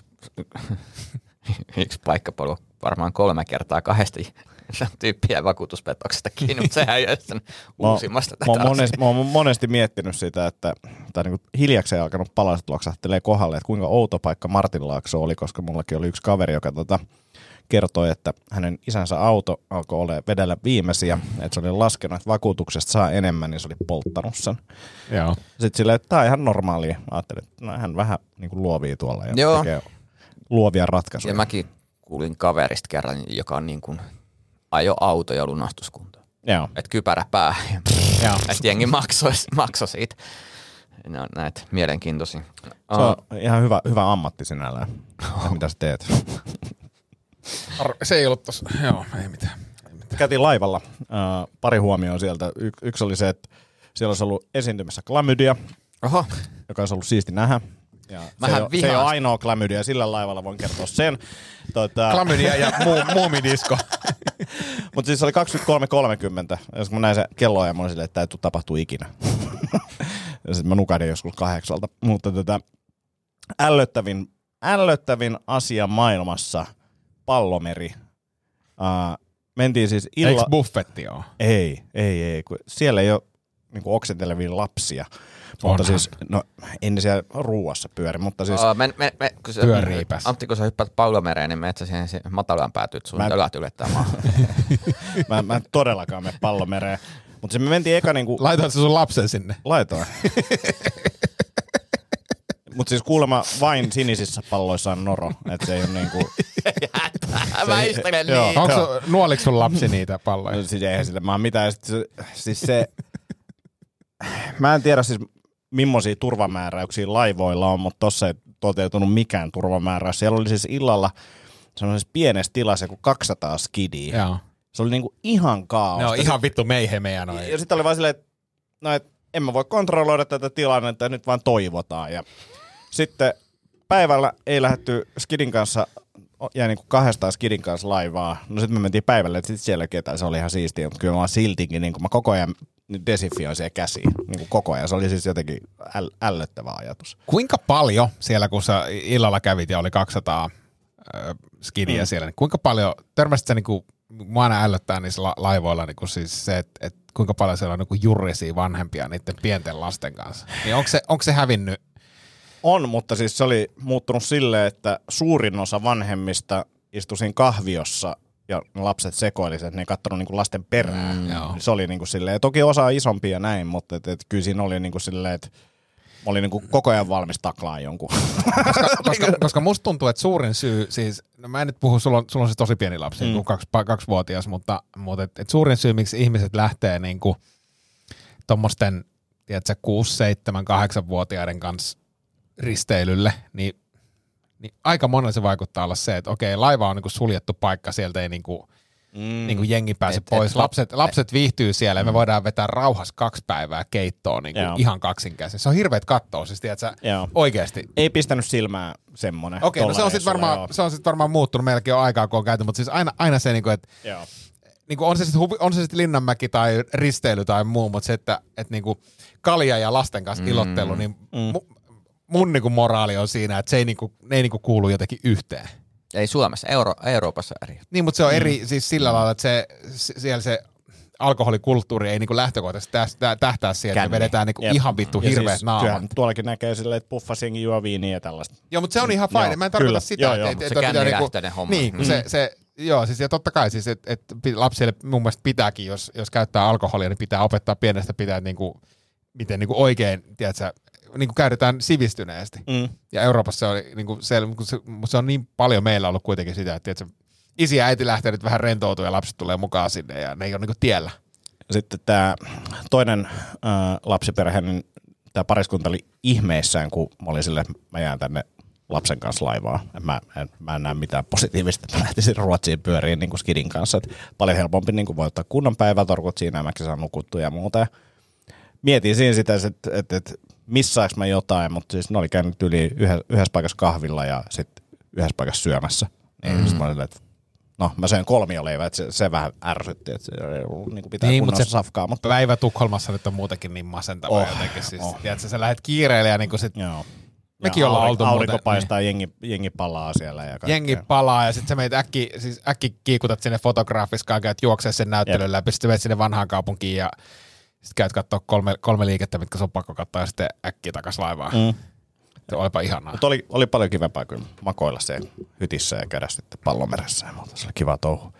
yksi paikkapolu varmaan 3 kertaa 2 tyyppiä vakuutuspetoksesta kiinni, mutta sehän ei ole sen uusimmasta tätä Mä oon monesti miettinyt sitä, että niinku hiljakseen alkanut palaset loksahtelee kohdalle, että kuinka outo paikka Martinlaakso oli, koska mullakin oli yksi kaveri, joka kertoi, että hänen isänsä auto alkoi vedellä viimeisiä, että se oli laskenut, että vakuutuksesta saa enemmän, niin se oli polttanut sen. Joo. Sitten silleen, että tämä on ihan normaalia. Ajattelin, että hän vähän niin kuin luovii tuolla ja tekee luovia ratkaisuja. Ja mäkin kuulin kaverista kerran, joka on niin kuin ajo autoja lunastuskuntoon. Joo. Että kypärä päähän. Että jengi maksoi siitä. Ne on näitä mielenkiintoisia. Se on ihan hyvä ammatti sinällään. Mitä sä teet? Se ei ollut tossa. Joo, ei mitään. Käytiin laivalla. Pari huomioon sieltä. Yksi oli se, että siellä olisi ollut esiintymässä klamydia, joka olisi ollut siisti nähdä. Ja se ei ole ainoa klamydia, sillä laivalla voin kertoa sen. Klamydia ja muumidisko. Mutta siis se oli 23.30, ja kun mä näin se kelloajan, mä olin silleen, että tämä ei tule tapahtua ikinä. Ja sitten mä nukahdin joskus 8. Mutta ällöttävin asia maailmassa, Pallomeri. Mentiin siis Eikö buffetti ole? Ei. Siellä ei ole niinku oksentelevia lapsia. Mutta siis, no en siellä ruuassa pyöri, mutta siis... Pyöriipäs. Antti, kun sä hyppäät Pallomereen, niin menet sä siihen matalaan päätyt, sun jalat ylettää maahan. Mä en todellakaan mene Pallomereen. Mutta se me mentiin eka niinku... Laitoit sä sun lapsen sinne? Laitoin. Mutta siis kuulemma vain sinisissä palloissa on noro, että se ei ole niinku... Väistelen niin. Nuoliko sun lapsi niitä palloja? No, siis eihän sille mitään. Siis se... Mä en tiedä siis millaisia turvamääräyksiä laivoilla on, mutta tossa ei toteutunut mikään turvamääräys. Siellä oli siis illalla semmoisessa pienessä tilassa kuin 200 skidiä. Joo. Se oli niinku ihan kaaosta. No ihan vittu meihemejä noin. Ja sitten oli vaan silleen, että no, en mä voi kontrolloida tätä tilannetta, nyt vaan toivotaan. Ja sitten päivällä ei lähdetty skidin kanssa, jäi niinku 200 skidin kanssa laivaa. No sitten me mentiin päivälle, että sitten siellä ketään, se oli ihan siistiä, mutta kyllä mä siltikin, niin mä koko ajan desinfioin siihen käsiin, niin koko ajan. Se oli siis jotenkin ällöttävä ajatus. Kuinka paljon siellä, kun sä illalla kävit ja oli 200 skidiä siellä, niin kuinka paljon, törmäsit sä niinku, mua aina ällöttää niissä laivoilla niinku siis se, että kuinka paljon siellä on niinku jurrisia vanhempia niiden pienten lasten kanssa. Niin onko se hävinnyt? On, mutta siis se oli muuttunut silleen, että suurin osa vanhemmista istui siinä kahviossa ja lapset sekoilisivat, että ne ei katsonut niinku lasten perään. Se oli niinku silleen, ja toki osa isompia ja näin, mutta et kyllä siinä oli niinku silleen, että oli niinku koko ajan valmis taklaa jonkun. Koska musta tuntuu, että suurin syy, siis, no mä en nyt puhu, sulla on siis tosi pieni lapsi, niin 2-vuotias, mutta et suurin syy, miksi ihmiset lähtee niinku tommosten, tiedätkö, 6, 7, 8-vuotiaiden kanssa risteilylle, niin aika monelle se vaikuttaa olla se, että okei, laiva on niinku suljettu paikka, sieltä ei niinku jengi pääse pois. Lapset viihtyy siellä ja me voidaan vetää rauhassa 2 päivää keittoon niinku ihan kaksinkäsin. Se on hirveet kattoa, siis tiedätkö, oikeasti. Ei pistänyt silmää semmonen. Okei, no se on sitten varmaan muuttunut. Meilläkin on aikaa, kun on käyty, mutta siis aina se, niinku, että niinku on se sitten Linnanmäki tai risteily tai muu, mutta se, että niinku kalja ja lasten kanssa ilottelu, niin mun niinku moraali on siinä, että ne ei niinku kuulu jotenkin yhteen. Ei Suomessa, Euroopassa eri. Niin, mutta se on eri siis sillä lailla, että siellä se alkoholikulttuuri ei niinku lähtökohtaisesti tähtää siihen, että vedetään niinku ihan vittu hirveät siis, naamat. Tuollakin näkee silleen, että puffasjengi juo viiniä ja tällaista. Joo, mutta se on ihan fine. Mä en tarkoita sitä. Se kännilähtöinen homma. Niin, joo, siis ja totta kai siis, että lapsille mun mielestä pitääkin, jos käyttää alkoholia, niin pitää opettaa pienestä pitää niinku, miten niinku oikein, tiedätkö, niinku käytetään sivistyneesti. Ja Euroopassa se oli niinku se on niin paljon meillä ollut kuitenkin sitä, että tiedätkö, isi ja äiti lähtee nyt vähän rentoutua ja lapset tulee mukaan sinne ja ne ei ole niinku tiellä. sitten tämä toinen lapsiperhe, niin tämä pariskunta oli ihmeissään, kun mä olin silleen, mä jään tänne lapsen kanssa laivaa. Mä en näe mitään positiivista. Mä lähtisin Ruotsiin pyöriin niin kuin skidin kanssa. Et paljon helpompi niin kuin voi ottaa kunnon päivätorkut siinä, mäkin saan nukuttua ja muuta. Ja mietin siinä sitä, että missaaks mä jotain, mutta siis ne oli käynyt yli yhdessä paikassa kahvilla ja sitten yhdessä paikassa syömässä. Niin mä olin, että no, mä söin kolmioleivää, että se vähän ärsytti, että se ei ollut niin kuin pitää kunnossa safkaa. Mutta päivä Tukholmassa nyt on muutenkin niin masentava jotenkin. Siis, tiedätkö, sä lähdet kiireelle ja niin kuin sit... Joo. Mekin ollaan oltu aurinko paistaa, niin. jengi palaa siellä ja kaikkea. Jengi palaa ja sitten sä meitä äkki kiikutat sinne fotograafiskaan, käyt juoksee sen näyttelyn läpi, sitten menet sinne vanhaan kaupunkiin ja sitten käyt katsoa kolme liikettä, mitkä sun on pakko katsoa ja sitten äkkiä takas laivaan. Olipa ihanaa. Mutta oli paljon kivempaa kyllä makoilla se hytissä ja käydä sitten Pallomeressä ja muuta. Se oli kiva touhu.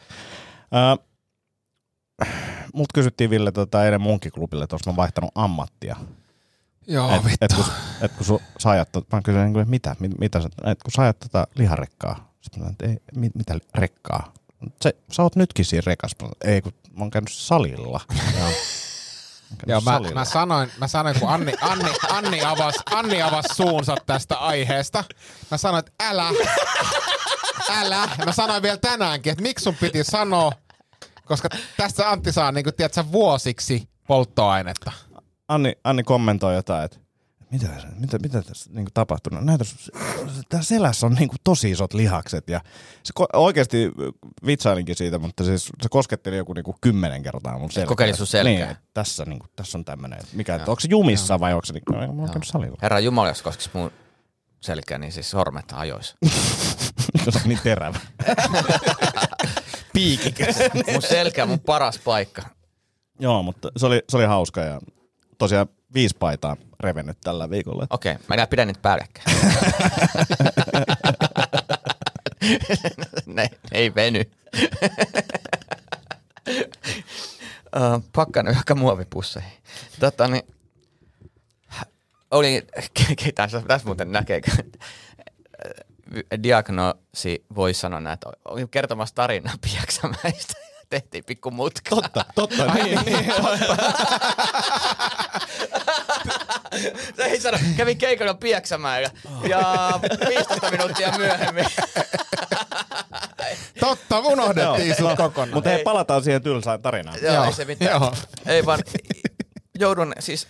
Multa kysyttiin Ville eilen munkiklubille, että olis mä vaihtanut ammattia. Joo, vittu. Et kun sä ajat, mä kysyin, että mitä kun sä ajat liharekkaa. Sitten mä sanoin, että mitä rekkaa? Sä oot nytkin siinä rekassa. Ei, kun mä oon käynyt salilla. Joo, mä sanoin, kun Anni avasi suunsa tästä aiheesta. Mä sanoin, että älä. Mä sanoin vielä tänäänkin, että miksi sun piti sanoa, koska tästä Antti saa niin kuin, tiedätkö, vuosiksi polttoainetta. Anni kommentoi jotain, että mitä tässä niin tapahtuu? No, tää selässä on niin tosi isot lihakset ja se oikeasti vitsailinkin siitä, mutta siis se kosketteli joku niin 10 kertaa mun selkää. Kokeili sun selkää. Niin, tässä on tämmönen, onko se jumissa vai onko se mä oon käynyt salilla? Herra Jumala, jos koskisi mun selkää, niin siis sormet ajois. Se on niin terävä. Piikikäs. Mun selkä on mun paras paikka. Joo, mutta se oli hauska ja tosiaan 5 paitaa revennyt tällä viikolla. Okei, mä enää pidän niitä päällekkäin. Ne ei veny. Pakkanut joka muovipusseihin. Oli, tässä muuten näkee, diagnoosi voi sanoa näin, että oli kertomassa tarinaa Pieksämäistä. Tehtiin pikku mutka. Totta. niin. Se ei sano, kävin keikalla Pieksämäellä ja 15 minuuttia myöhemmin. Totta, unohdettiin sut kokonaan. Mutta hei, palataan siihen tylsään tarinaan. Joo, ei se mitään. Ei vaan, joudun siis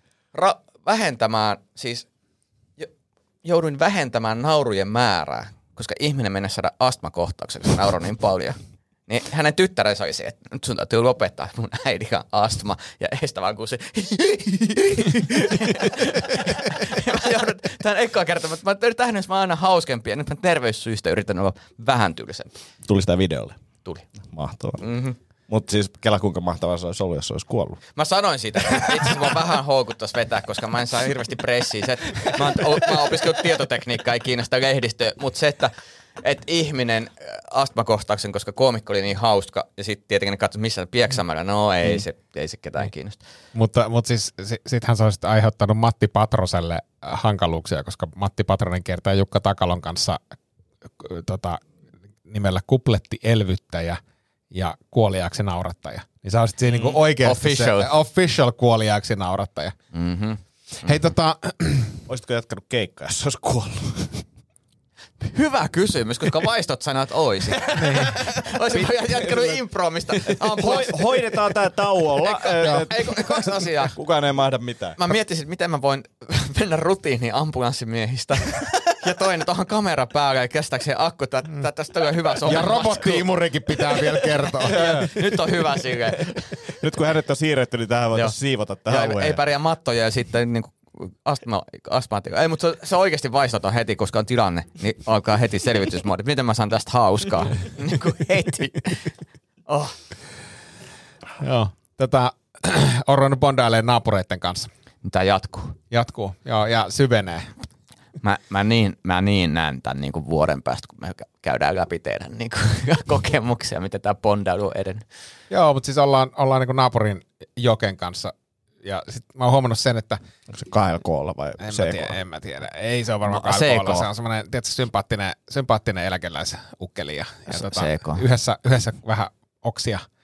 jouduin vähentämään naurujen määrää, koska ihminen mennä saada astmakohtauksen, kun nauroi niin paljon. Niin hänen tyttärensä oli se, että nyt sun täytyy lopettaa mun äidin astma ja estä vaan kun se ja mä joudun tämän ekkaa kertomaan, että mä yritän mä aina hauskempia ja nyt mä terveyssyistä yritän olla vähän tylsempi. Tuli sitä videolle? Tuli. Mahtavaa. Mm-hmm. Mutta siis kela kuinka mahtavaa se olisi ollut, jos se olisi kuollut. Mä sanoin siitä, että itse asiassa mä vähän houkuttais vetää, koska mä en saa hirveästi pressiä. Mä oon opiskellut tietotekniikkaa, ei kiinnosta lehdistöä, mutta se, että ihminen astmakohtauksen, koska koomikko oli niin hauska, ja sitten tietenkin ne katsoi missä Pieksämällä, no ei se ketään kiinnosta. Mutta siis sittenhän se olisi aiheuttanut Matti Patroselle hankaluuksia, koska Matti Patronen kiertää Jukka Takalon kanssa nimellä kupletti elvyttäjä ja kuoliaaksi naurattaja. Niin sä olisit siinä niinku oikeasti official kuoliaaksi naurattaja. Mm-hmm. Hei olisitko jatkanut keikkaa, jos olisi kuollut? Hyvä kysymys, koska vaistot sanoo, että oisit. Olisin jatkanut impromista. Hoidetaan tää tauolla. Ei, 2 asiaa. Kukaan ei mahda mitään. Mä miettisin, että miten mä voin mennä rutiiniin ambulanssimieistä. Ja toinen tuohon kamera päälle ja kestääkö se akku. Tästä on hyvä sohva. Ja robottiimurikin pitää vielä kertoa. Nyt on hyvä silleen. Nyt kun hänet on siirretty, niin tähän voitaisiin siivota tähän alueen. Ei pärjää mattoja ja sitten niin astmaatikko. Ei, mutta se oikeasti vaistoton heti, koska on tilanne, niin alkaa heti selvitysmoodi. Miten mä saan tästä hauskaa? Niin kuin heti. Oh. Joo. On ruvennut bondailemaan naapureiden kanssa. Tää jatkuu, joo, ja syvenee. Mä niin näen tämän niin kuin vuoden päästä, kun me käydään läpi teidän niin kuin kokemuksia, miten tää bondailu on edennyt. Joo, mutta siis ollaan niin kuin naapurin Joken kanssa. Ja sit mä oon huomannut sen, että... Onko se KLK:lla vai CK? En mä tiedä. Ei se on varmaan KLK:lla. Se on semmoinen tietysti sympaattinen eläkeläisukkeli. Ja CK. Yhdessä vähän oksia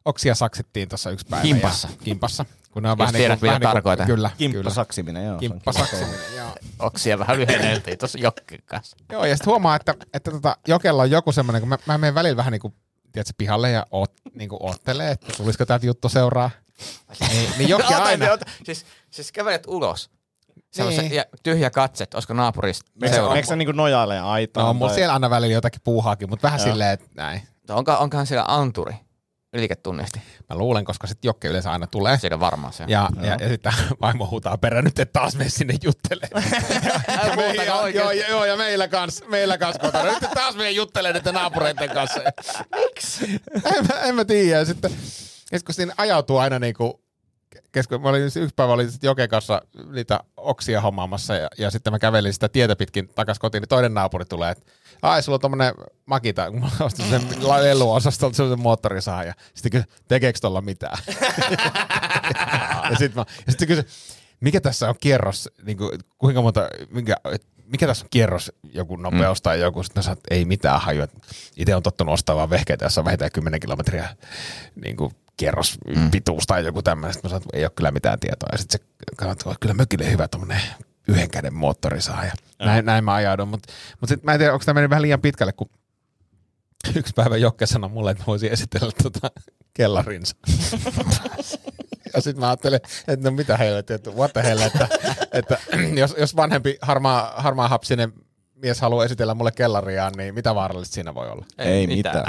oksia saksittiin tuossa yksi päivä. Kimpassa. Kun ne on jos tiedät, mitä tarkoitan. Kyllä. Kimppasaksiminen, joo. Kimppasaksiminen, joo. Oksia vähän lyhenneltiin tuossa Jokken kanssa. Joo, ja sitten huomaa, että Jokella on joku semmoinen, kun mä menen välillä vähän niinku, tiedätkö, pihalle ja oottelee, että tulisiko täältä juttu seuraa. Niin Jokki aina. Siis kävelet ulos. Niin. Ja tyhjä katset, olisiko naapurista seuraa. Eikö se niinku nojailee aitaan? No, mulla siellä aina välillä jotakin puuhaakin, mutta vähän silleen, että näin. Onkohan siellä anturi? Liiketunnisti. Mä luulen, koska sitten Jokke yleensä aina tulee. Siitä varmaan se. Ja sitten vaimo huutaa perään nyt, että taas mene sinne juttelemaan. Joo, ja meillä kans kotona. Nyt taas mene juttelemaan näiden naapureiden kanssa. Miksi? En mä tiedä. Sitten kun siinä ajautuu aina niinku, mä olin yksi päivä Joken kanssa niitä oksia hommaamassa ja sitten mä kävelin sitä tietä pitkin takas kotiin, niin toinen naapuri tulee, että sulla on tommonen Makita, kun mä ostin sen leluosastolta semmoisen moottorisaaja. Sitten kysyin, tekeekö tolla mitään? ja sitten kysyin, mikä tässä on kierros, niin kuin, kuinka monta, mikä tässä on kierros, joku nopeus tai joku, sitten mä sanoin, että ei mitään hajua. Itse on tottunut ostaa vaan vehkeitä, jossa on vähintään 10 kilometriä niin kuin kierros pituus tai joku tämmöinen. Sitten mä sanoin, että ei ole kyllä mitään tietoa. Ja sitten se katsoi, että kyllä mökille hyvä tommonen yhden käden moottorisaaja. Näin mä ajaudun, mutta sitten mä en tiedä, onko tämä mennyt vähän liian pitkälle, kun yksi päivä Jokke sanoi mulle, että mä voisin esitellä kellarinsa. Ja sitten mä ajattelin, että no mitä helvettiä, että what the hell, että jos vanhempi harmaa hapsinen mies haluaa esitellä mulle kellariaan, niin mitä vaarallista siinä voi olla? Ei mitään.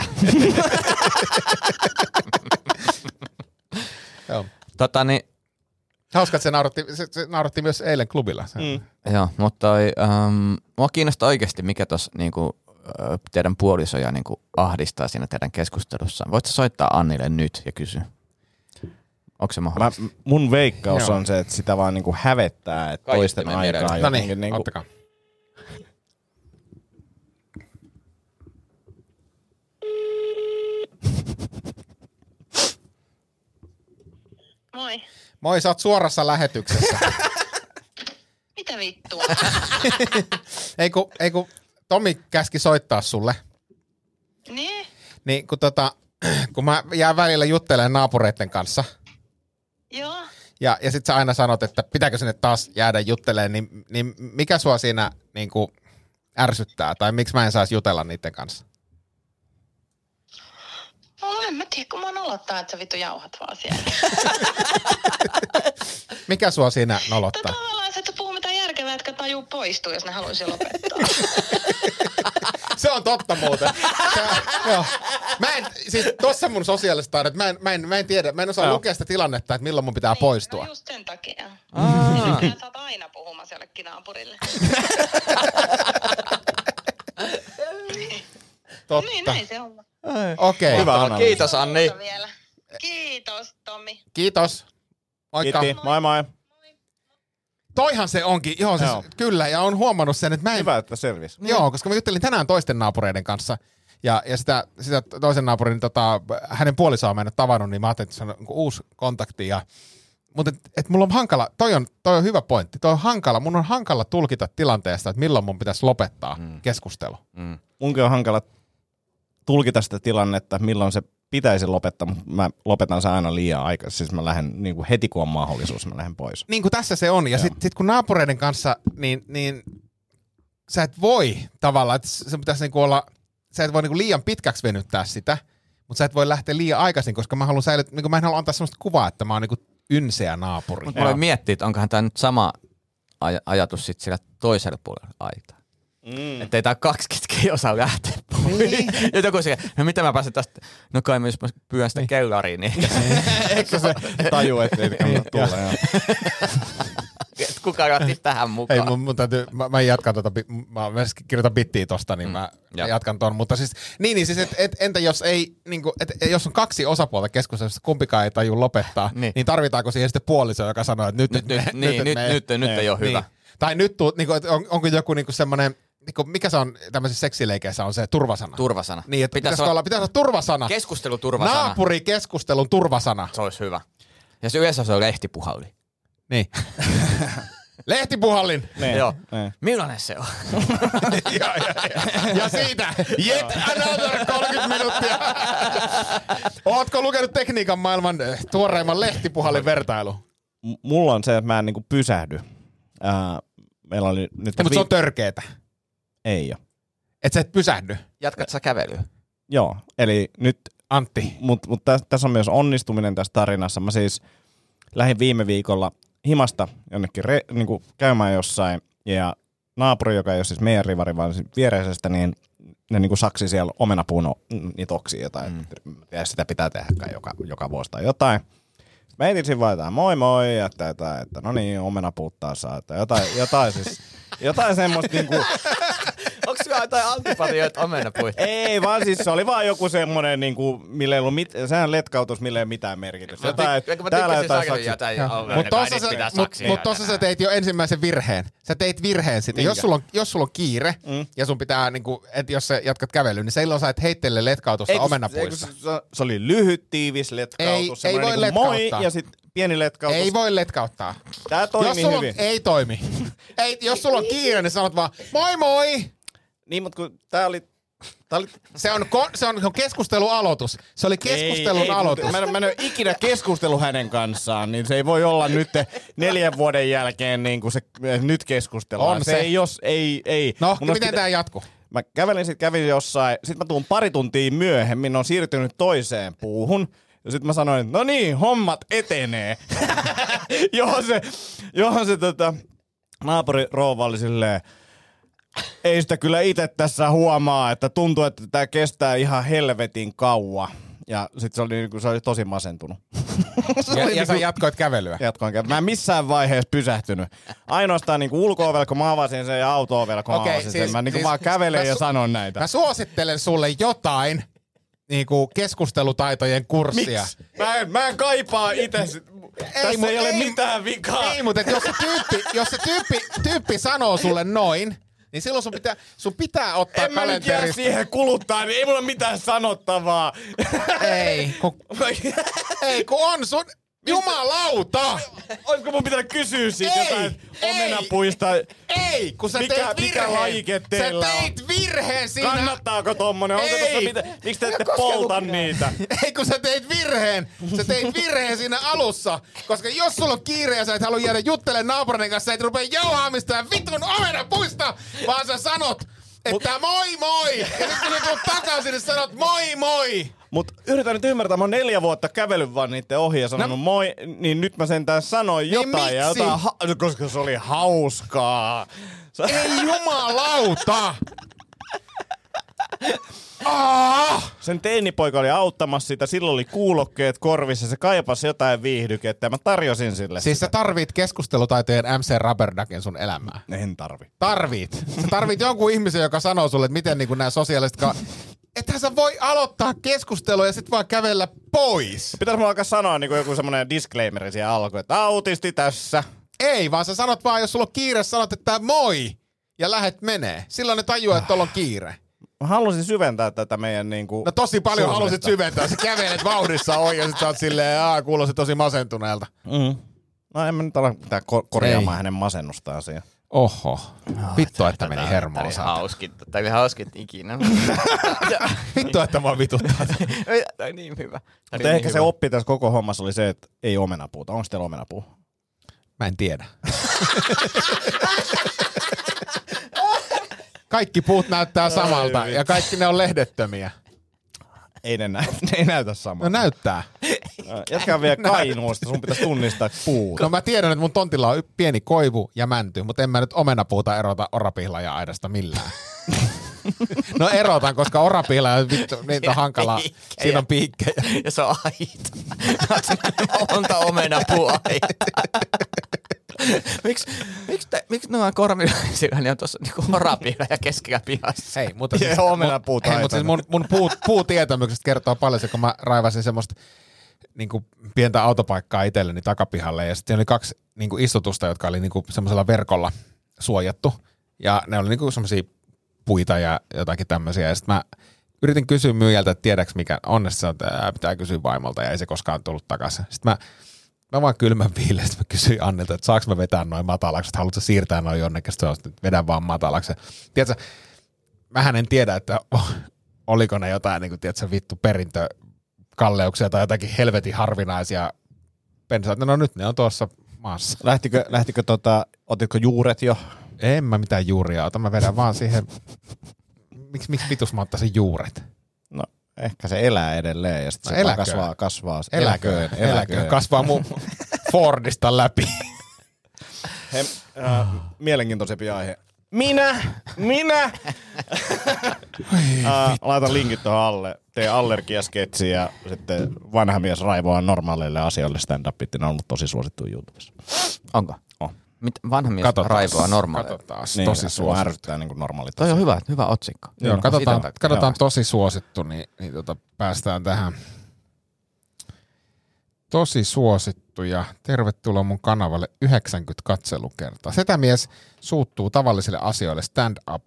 Joo. Hauska, että se nauratti myös eilen klubilla. Joo, mutta mua kiinnostaa oikeasti, mikä tuossa niinku, teidän puolisoja niinku, ahdistaa siinä teidän keskustelussa. Voitko soittaa Annille nyt ja kysyä? Onko se mahdollista? Mun veikkaus on se, että sitä vaan niinku hävettää, että toisten aikaa. No niin, ottakaa. Moi. Moi, sä oot suorassa lähetyksessä. Mitä vittua? ei kun Tomi käski soittaa sulle. Niin? Niin kun mä jään välillä juttelemaan naapureiden kanssa. Joo. Ja sit sä aina sanot, että pitääkö sinne taas jäädä juttelemaan, niin mikä sua siinä niinku ärsyttää? Tai miksi mä en saisi jutella niiden kanssa? No en mä tiedä, kun mä nolottaa, että sä vittu jauhat vaan siellä. Mikä sua siinä nolottaa? Tavallaan se, että puhuu mitään järkevää, etkä tajuu poistua, jos ne haluaisi lopettaa. Se on totta muuten. Joo. Siis tossa mun sosiaaliset taidot, mä en tiedä, mä en osaa lukea sitä tilannetta, että milloin mun pitää poistua. No just sen takia. Sä oot aina puhumassa jollekin naapurille. Totta. Niin, näin se on. Okei. Hyvä analyysi. Kiitos Anni. Kiitos Tomi. Kiitos. Moikka. Kiitti. Moi moi. Toihan se onkin, joo. Siis, kyllä, ja on huomannut sen, että mä en... Hyvä, että selvisi. Joo, koska mä juttelin tänään toisten naapureiden kanssa, ja sitä toisen naapurin, hänen puolisoaan mä en ole tavannut, niin mä ajattelin, että se on uusi kontakti, mutta et mulla on hankala, toi on hyvä pointti, toi on hankala, mun on hankala tulkita tilanteesta, että milloin mun pitäisi lopettaa keskustelu. Munkin on hankala tulkita sitä tilannetta, milloin se pitäisi lopettaa, mutta mä lopetan sen aina liian aikaisin. Siis mä lähden niin kuin heti, kun on mahdollisuus, mä lähden pois. Niin kuin tässä se on. Ja sit kun naapureiden kanssa, niin sä et voi tavallaan, että se pitäisi niinku olla, sä et voi niinku liian pitkäksi venyttää sitä, mutta sä et voi lähteä liian aikaisin, koska mä haluan niinku mä en halua antaa sellaista kuvaa, että mä oon niinku ynseä naapuri. Mutta mä voin miettiä, että onkohan tämä nyt sama ajatus sitten sillä toisella puolella aitaa. Että ei tää 20 osaa lähteä pois. Niin. Ja joku se, no mitä mä pääsen tästä, no kai mä jos mä pyydän sitä kellariin, niin eikö se taju, ettei kannata tulla? Kuka rahtisi tähän mukaan? Ei, mun täytyy, mä jatkan mä kirjoitan bittiä tosta, niin mä jatkan ton. Mutta siis, siis entä jos ei, niinku, jos on kaksi osapuolta keskustelussa, kumpikaan ei taju lopettaa, niin tarvitaanko siihen sitten puoliso, joka sanoo, että nyt ei ole hyvä. Tai nyt, niinku, onko joku niinku semmoinen, mikä se on tämmöisissä seksileikeissä on se turvasana? Turvasana. Niin, että pitäisi olla turvasana. Keskusteluturvasana. Naapurikeskustelun turvasana. Se olisi hyvä. Ja se yleensä se on lehtipuhalli. Niin. Lehtipuhallin. Joo. Millainen se on? Ja siitä yet another 30 minuuttia. Ootko lukenut tekniikan maailman tuoreimman lehtipuhallin vertailu? Mulla on se, että mä en niinku pysähdy. Meillä oli nyt... Mutta se on törkeetä. Ei oo. Et sä et pysähdy. Jatkat sä kävelyä? Joo, eli nyt... Antti. Mutta tässä on myös onnistuminen tässä tarinassa. Mä siis lähdin viime viikolla himasta jonnekin niinku käymään jossain, ja naapuri, joka ei ole siis meidän rivari, vaan viereisestä, niin ne niinku saksi siellä omenapuun niitä oksia jotain. Ja sitä pitää tehdä joka vuosi tai jotain. Mä etin vaan jotain moi moi, että no niin, omenapuut taas saa, että jotain semmoista niinku... Onko sulla jotain antipatioita omenapuita? Ei, vaan siis se oli vaan joku semmonen niinku, millä ei ollut sehän letkautus, millä ei mitään merkitystä. Mutta tossa sä teit jo ensimmäisen virheen. Sä teit virheen sitten. Jos sulla on kiire ja sun pitää, niinku, jos sä jatkat kävelyä, niin silloin sä et heittele letkautusta omenapuissa. Se oli lyhyt, tiivis letkautus. Ei voi niinku letkauttaa. Moi ja sit pieni letkautus. Ei voi letkauttaa. Tää toimi hyvin. Ei toimi. Jos sulla on kiire, niin sanot vaan moi moi. Niin, mutta kun tää oli... Se on keskustelun aloitus. Se oli keskustelun aloitus. Mä en ole ikinä keskustellut hänen kanssaan, niin se ei voi olla nyt 4 vuoden jälkeen niin kuin se nyt keskustellaan. On se. Ei. No, miten tää jatkuu? Mä kävin jossain, sit mä tuun pari tuntia myöhemmin, on siirtynyt toiseen puuhun. Ja sit mä sanoin, että no niin, hommat etenee. johon se naapuri rouva oli silleen, ei sitä kyllä itse tässä huomaa, että tuntuu, että tää kestää ihan helvetin kauan. Ja sit se oli tosi masentunut. Ja sä jatkoit kävelyä? Jatkoin kävelyä. Mä en missään vaiheessa pysähtynyt. Ainoastaan niinku ulko-ovella, kun mä avasin sen ja auto-ovella, kun mä avasin sen. Mä niinku vaan kävelen ja sanon näitä. Mä suosittelen sulle jotain niinku keskustelutaitojen kurssia. Miksi? Mä en kaipaa itse. Tässä ei ole mitään vikaa. Ei, mutta jos se tyyppi sanoo sulle noin, niin silloin sun pitää ottaa kalenterista. En mä nyt jää siihen kuluttaa, niin ei mulla mitään sanottavaa. Ei, kun on sun... Jumalauta! Olisiko mun pitänyt kysyä siitä jotain omenapuista? Ei, kun sä teit virheen. Mikä lajike teillä on? Sä teit virheen siinä. Kannattaako tommonen? Miksi te ette polta niitä? Ei, kun sä teit virheen. Sä teit virheen siinä alussa. Koska jos sulla on kiire ja sä et halua jäädä juttelemaan naapurinen kanssa, sä et rupea jauhaa mistään vitun omenapuista, vaan sä sanot, että moi moi! Ja sitten kun sä tulet takaisin, niin sanot moi moi! Mut yritän nyt ymmärtää, mä oon 4 vuotta kävellyt vaan niitten ohi ja sanonut moi, niin nyt mä sentään sanoin jotain ja jotain, koska se oli hauskaa. Ei jumalauta! Sen teinipoika oli auttamassa sitä, silloin oli kuulokkeet korvissa, se kaipasi jotain viihdykettä ja mä tarjosin sille siis sitä. Sä tarvit keskustelutaitojen MC Rubberducken sun elämään. En tarvi. Sä tarvit jonkun ihmisen, joka sanoo sulle, että miten niin nämä sosiaaliset... Ethän sä voi aloittaa keskustelua ja sit vaan kävellä pois. Pitäis mulla alkaa sanoa niin kuin joku semmonen disclaimeri siihen alkuun, että autisti tässä. Ei, vaan sä sanot vaan, jos sulla on kiire, sanot, että moi ja lähet menee. Silloin ne tajuaa, että tuolla on kiire. Mä halusin syventää tätä meidän niinku... No tosi paljon halusit syventää. Sä kävelet vauhdissa ohi ja sit sä oot silleen, kuulosti tosi masentuneelta. No en mä nyt ala mitään korjaamaan hänen masennustaan siihen. Oho. Vittu, että meni hermoon. Tämä oli hauskin ikinä. Vittu, että mua vituttaa. Tämä on niin hyvä. Mutta ehkä se oppi tässä koko hommassa oli se, että ei omenapuuta. Onko teillä omenapuu? Mä en tiedä. Kaikki puut näyttää samalta ja kaikki ne on lehdettömiä. Ei ne näytä samalta. No näyttää. Jatkaa vielä Kainuusta, sun pitäisi tunnistaa puut. No mä tiedän, että mun tontilla on pieni koivu ja mänty, mutta en mä nyt omenapuuta erota orapihla ja aidasta millään. No erotan, koska orapihla vittu, niitä on hankalaa. Siinä on piikkejä. Ja se on aita. Monta omenapuaita. Miksi nämä korvilaisilla niin on tuossa niinku orapihla ja keskellä pihassa? Hei, mutta siis, mun puutietämyksestä kertoo paljon se, kun mä raivasin semmoista niinku pientä autopaikkaa itselleni takapihalle ja sitten oli 2 niinku istutusta, jotka oli niinku semmoisella verkolla suojattu ja ne oli niinku semmoisia puita ja jotakin tämmöisiä ja sitten mä yritin kysyä myyjältä, että tiedäks mikä on, että pitää kysyä vaimolta ja ei se koskaan tullut takaisin. Sitten Mä vaan kylmän viileästi, mä kysyin Annilta, että saanko mä vetää noin matalaksi, että haluatko siirtää noin jonnekin, että vedän vaan matalaksi. Tiedätkö, mähän en tiedä, että oliko ne jotain, niin kuin, tiedätkö, vittu perintökalleuksia tai jotakin helvetin harvinaisia pensaita. No nyt ne on tuossa maassa. Lähtikö otitko juuret jo? En mä mitään juuria ota, mä vedän vaan siihen, miksi vitus mä ottaisin juuret? No ehkä se elää edelleen ja sitten se kasvaa. Eläköön. Kasvaa mun Fordista läpi. Mielenkiintoisempi aihe. Minä! Laitan linkit tuohon alle. Tee allergiasketsi ja sitten vanha mies raivoaa normaaleille asioille stand-upit. Ne on ollut tosi suosittu YouTubessa. Onko? On. Vanha mies raivoaa normaaleille. Katsotaan. Niin, tosi suosittu. Ärsyttää niin kuin normaalit. Toi on hyvä otsikko. Joo, katsotaan tosi suosittu, niin päästään tähän. Tosi suosittu ja tervetuloa mun kanavalle 90 katselukertaa. Setämies suuttuu tavallisille asioille stand-up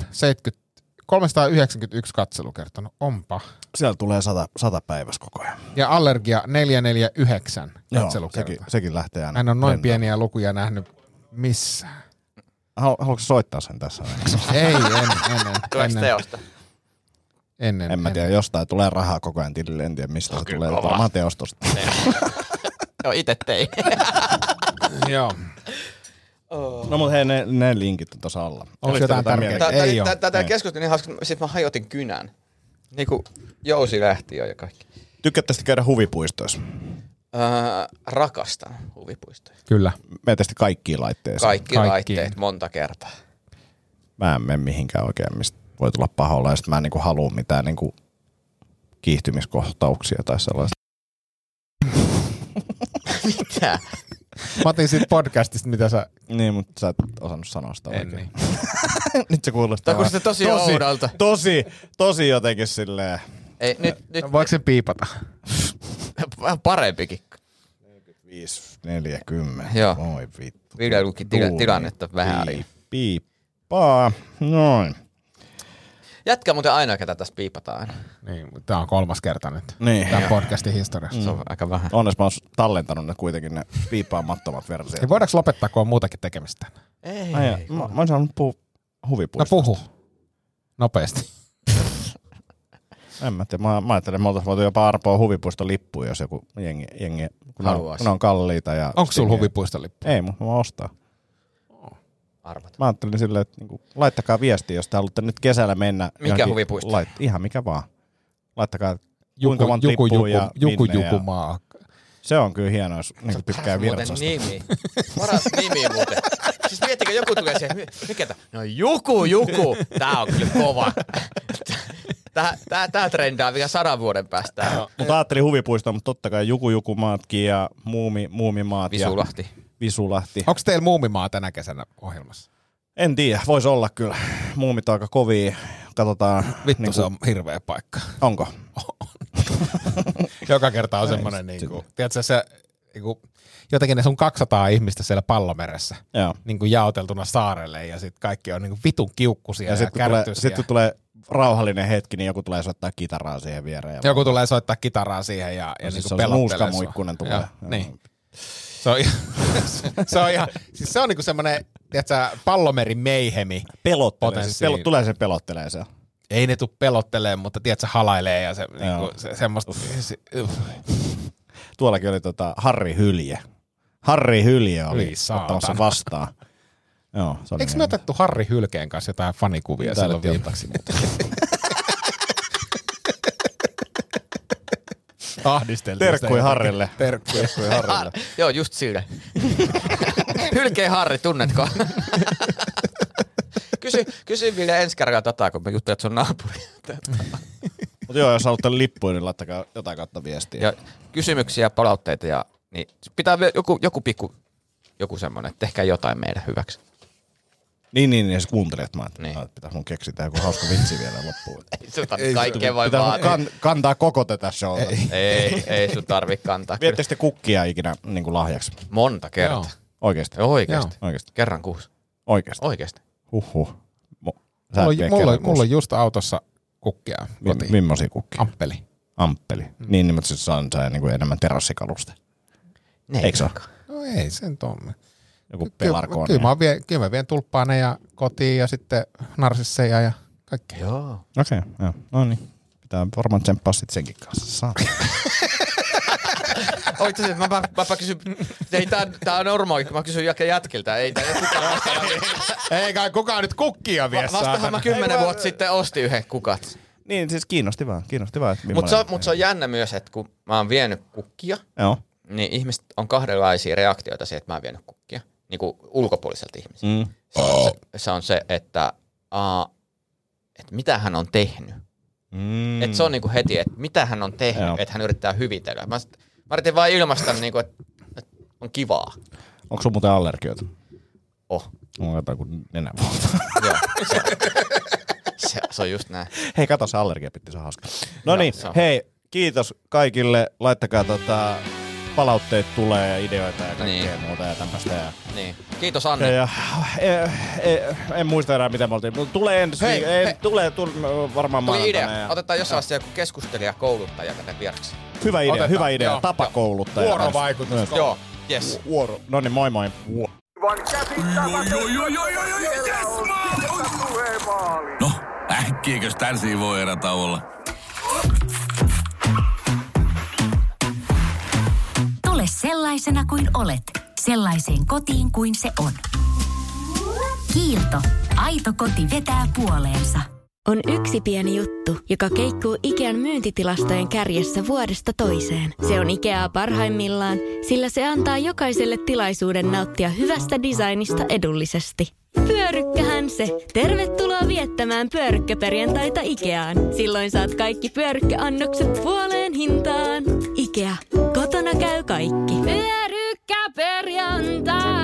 391 katselukertaa. No onpa. Siellä tulee 100 päivässä koko ajan. Ja allergia 449 katselukertaa. Joo, sekin lähtee aina. Mä en ole noin pieniä lukuja nähnyt missään. Haluatko soittaa sen tässä? Ei, en. Tuleeko teosta? En mä tiedä, jostain tulee rahaa koko ajan tilille, en tiedä mistä se tulee. Varmaan teostosta. Joo, ite tein. Joo. No mut hei, ne linkit on tuossa alla. Onko jotain tärkeää? Ei ole. Tämä keskustelu niin hauska, sit mä hajotin kynän. Niinku Jousi lähti jo ja kaikki. Tykkäätte käydä huvipuistoissa? Rakastan huvipuistoja. Kyllä. Menette kaikkiin laitteisiin? Kaikkiin laitteet monta kertaa. Mä en mene mihinkään oikein, mistä voi tulla pahoilla. Ja sit mä en niinku halua mitään niinku kiihtymiskohtauksia tai sellaista. Mitä? Mä otin siitä podcastista, mitä sä... Niin, mutta sä et osannut sanoa sitä oikein. Niin. Nyt se kuulostaa tosi oudolta. Tosi jotenkin silleen. Ei, nyt. Voiko se piipata? Vähän parempikin. 45-40. Joo. Voi vittu. Viljalukin tilannetta vähän. Piippaa. Noin. Jätkä muuten ainoa, ketä tässä piipataan aina. Niin, tää on 3. kerta nyt. Niin. Tämän podcastin historiassa. Se on aika vähän. Onnes mä oon tallentanut ne kuitenkin ne piippaamattomat versiot. Niin voidaanko lopettaa, kun on muutakin tekemistä? Ei. Mä oon saanut puhua huvipuistosta. No puhu. Nopeasti. En mä tiedä. Mä ajattelin, että me oltais voitu jopa arpoa huvipuiston lippuun, jos joku jengi kun ne on kalliita. Onko sulla huvipuiston lippu? Ei, mutta mä ostaa. Arvat. Mä ajattelin silleen, että niinku, laittakaa viestiä, jos te haluatte nyt kesällä mennä. Mikä huvipuisto? Ihan mikä vaan. Laittakaa kuinka monta lippua ja Jukumaa. Se on kyllä hienoa, jos niinku tykkää Virtsasta. Nimi. Paras nimi muuten. Siis miettikö, joku tulee siihen, mikä tää? No Juku. Tää on kyllä kova. Tää trendaa vielä 100 vuoden päästä. No, mutta ajattelin huvipuistoa, mutta totta kai Jukumaatkin ja Muumimaat. Visulahti. Onko teillä Muumimaa tänä kesänä ohjelmassa? En tiedä, voisi olla kyllä. Muumit on aika kovia. Katsotaan. Vittu niinku... se on hirveä paikka. Onko? Joka kerta on semmoinen, niinku, tiedätkö se, niinku, jotenkin ne sun 200 ihmistä siellä Pallomeressä niinku jaoteltuna saarelle ja sit kaikki on niinku vitun kiukkusia ja kärtyisiä. Sitten tulee rauhallinen hetki, niin joku tulee soittaa kitaraa siihen viereen. Joku tulee soittaa kitaraa siihen ja siis niinku se on nuuskamuikkunen tulee. Niin. Se on ihan, siis se on niinku semmonen, tiedätkö, Pallomerin meihemi. Tulee se pelottelee se. Ei ne tuu pelottelemaan, mutta tiedätkö, halailee ja se, niinku, semmoista. Tuollakin oli Harri Hylje. Harri Hylje oli ottamassa vastaan. Joo, eikö me otettu Harri Hylkeen kanssa jotain fanikuvia silloin viimeksi? Ahdisteltiin. Terkkui Harrille. Terkkui Harrille. Joo, just sille. Hylkeen Harri, tunnetko? Kysy vielä ensi kerralla kun me juttelet sun naapuri. Mutta joo, jos haluatte lippuja, niin laittakaa jotain kautta viestiä. Ja kysymyksiä, palautteita ja niin pitää joku semmoinen, että tehkää jotain meidän hyväksi. Niin, ja se kuuntelee, että pitäisi mun keksitä joku hauska vitsi vielä loppuun. Ei sun tarvitse kaikkea voi vaan. Kantaa koko tätä showta. Ei sun tarvitse kantaa. Viette sitten kukkia ikinä niin kuin lahjaksi? Monta kertaa. Oikeesti? Oikeesti. Kerran kuussa. Oikeesti? Huhhuh. Mulla on just autossa kukkia. Mimmosia kukkia? Amppeli. Niin, mutta siis saan niin kuin enemmän terassikalusta. Eikö se ole? No ei sen tuomme. Joku pelarkoon. Kyllä mä vien tulppaaneja kotiin ja sitten narsisseja ja kaikkea. Joo. Okei, joo. No niin. Pitää varmaan tsemppaa sit senkin kanssa. Oikeasti, mä kysyn, ei tää on normaali, kun mä kysyn jätkiltä, ei kukaan. Ei kai kukaan nyt kukkia vie Vastahan mä 10 vuotta sitten ostin yhden kukat. Niin, siis kiinnosti vaan. Mutta se on jännä myös, että kun mä oon vienyt kukkia, joo. Niin ihmiset on kahdenlaisia reaktioita siihen, että mä oon vienyt kukkia. Niin kuin ulkopuoliselta ihmiseltä. Se on se, että mitä hän on tehnyt. Että se on niinku heti, että mitä hän on tehnyt, että hän yrittää hyvitellä. Mä yritin vaan ilmaista, niinku, että on kivaa. Onko sun muuten allergioita? On jotain kuin nenävuolta. Joo, se on just näin. Hei, kato se allergiapitti, se on hauska. No niin, hei, kiitos kaikille. Laittakaa palautteet tulee ja ideoita ja kaikkea muuta ja tämmöistä. Niin. Kiitos Anni. En muista enää mitä me oltiin. Tulee ensi tulee varmaan maanantaina. Tuli idea. Otetaan jossain vaiheessa joku keskustelija kouluttaja tänne vieraksi. Hyvä idea. Tapa kouluttaja. Vuorovaikutus. Joo, yes. No niin, moi moi. No, äkkiäkös tän voi erätauolla? Tule sellaisena kuin olet, sellaiseen kotiin kuin se on. Kiilto. Aito koti vetää puoleensa. On yksi pieni juttu, joka keikkuu Ikean myyntitilastojen kärjessä vuodesta toiseen. Se on Ikeaa parhaimmillaan, sillä se antaa jokaiselle tilaisuuden nauttia hyvästä designista edullisesti. Pyörykkähän se! Tervetuloa viettämään pyörykkäperjantaita Ikeaan. Silloin saat kaikki pyörykkäannokset puoleen hintaan. Ikea. Kotona käy kaikki. Pyörykkäperjantai!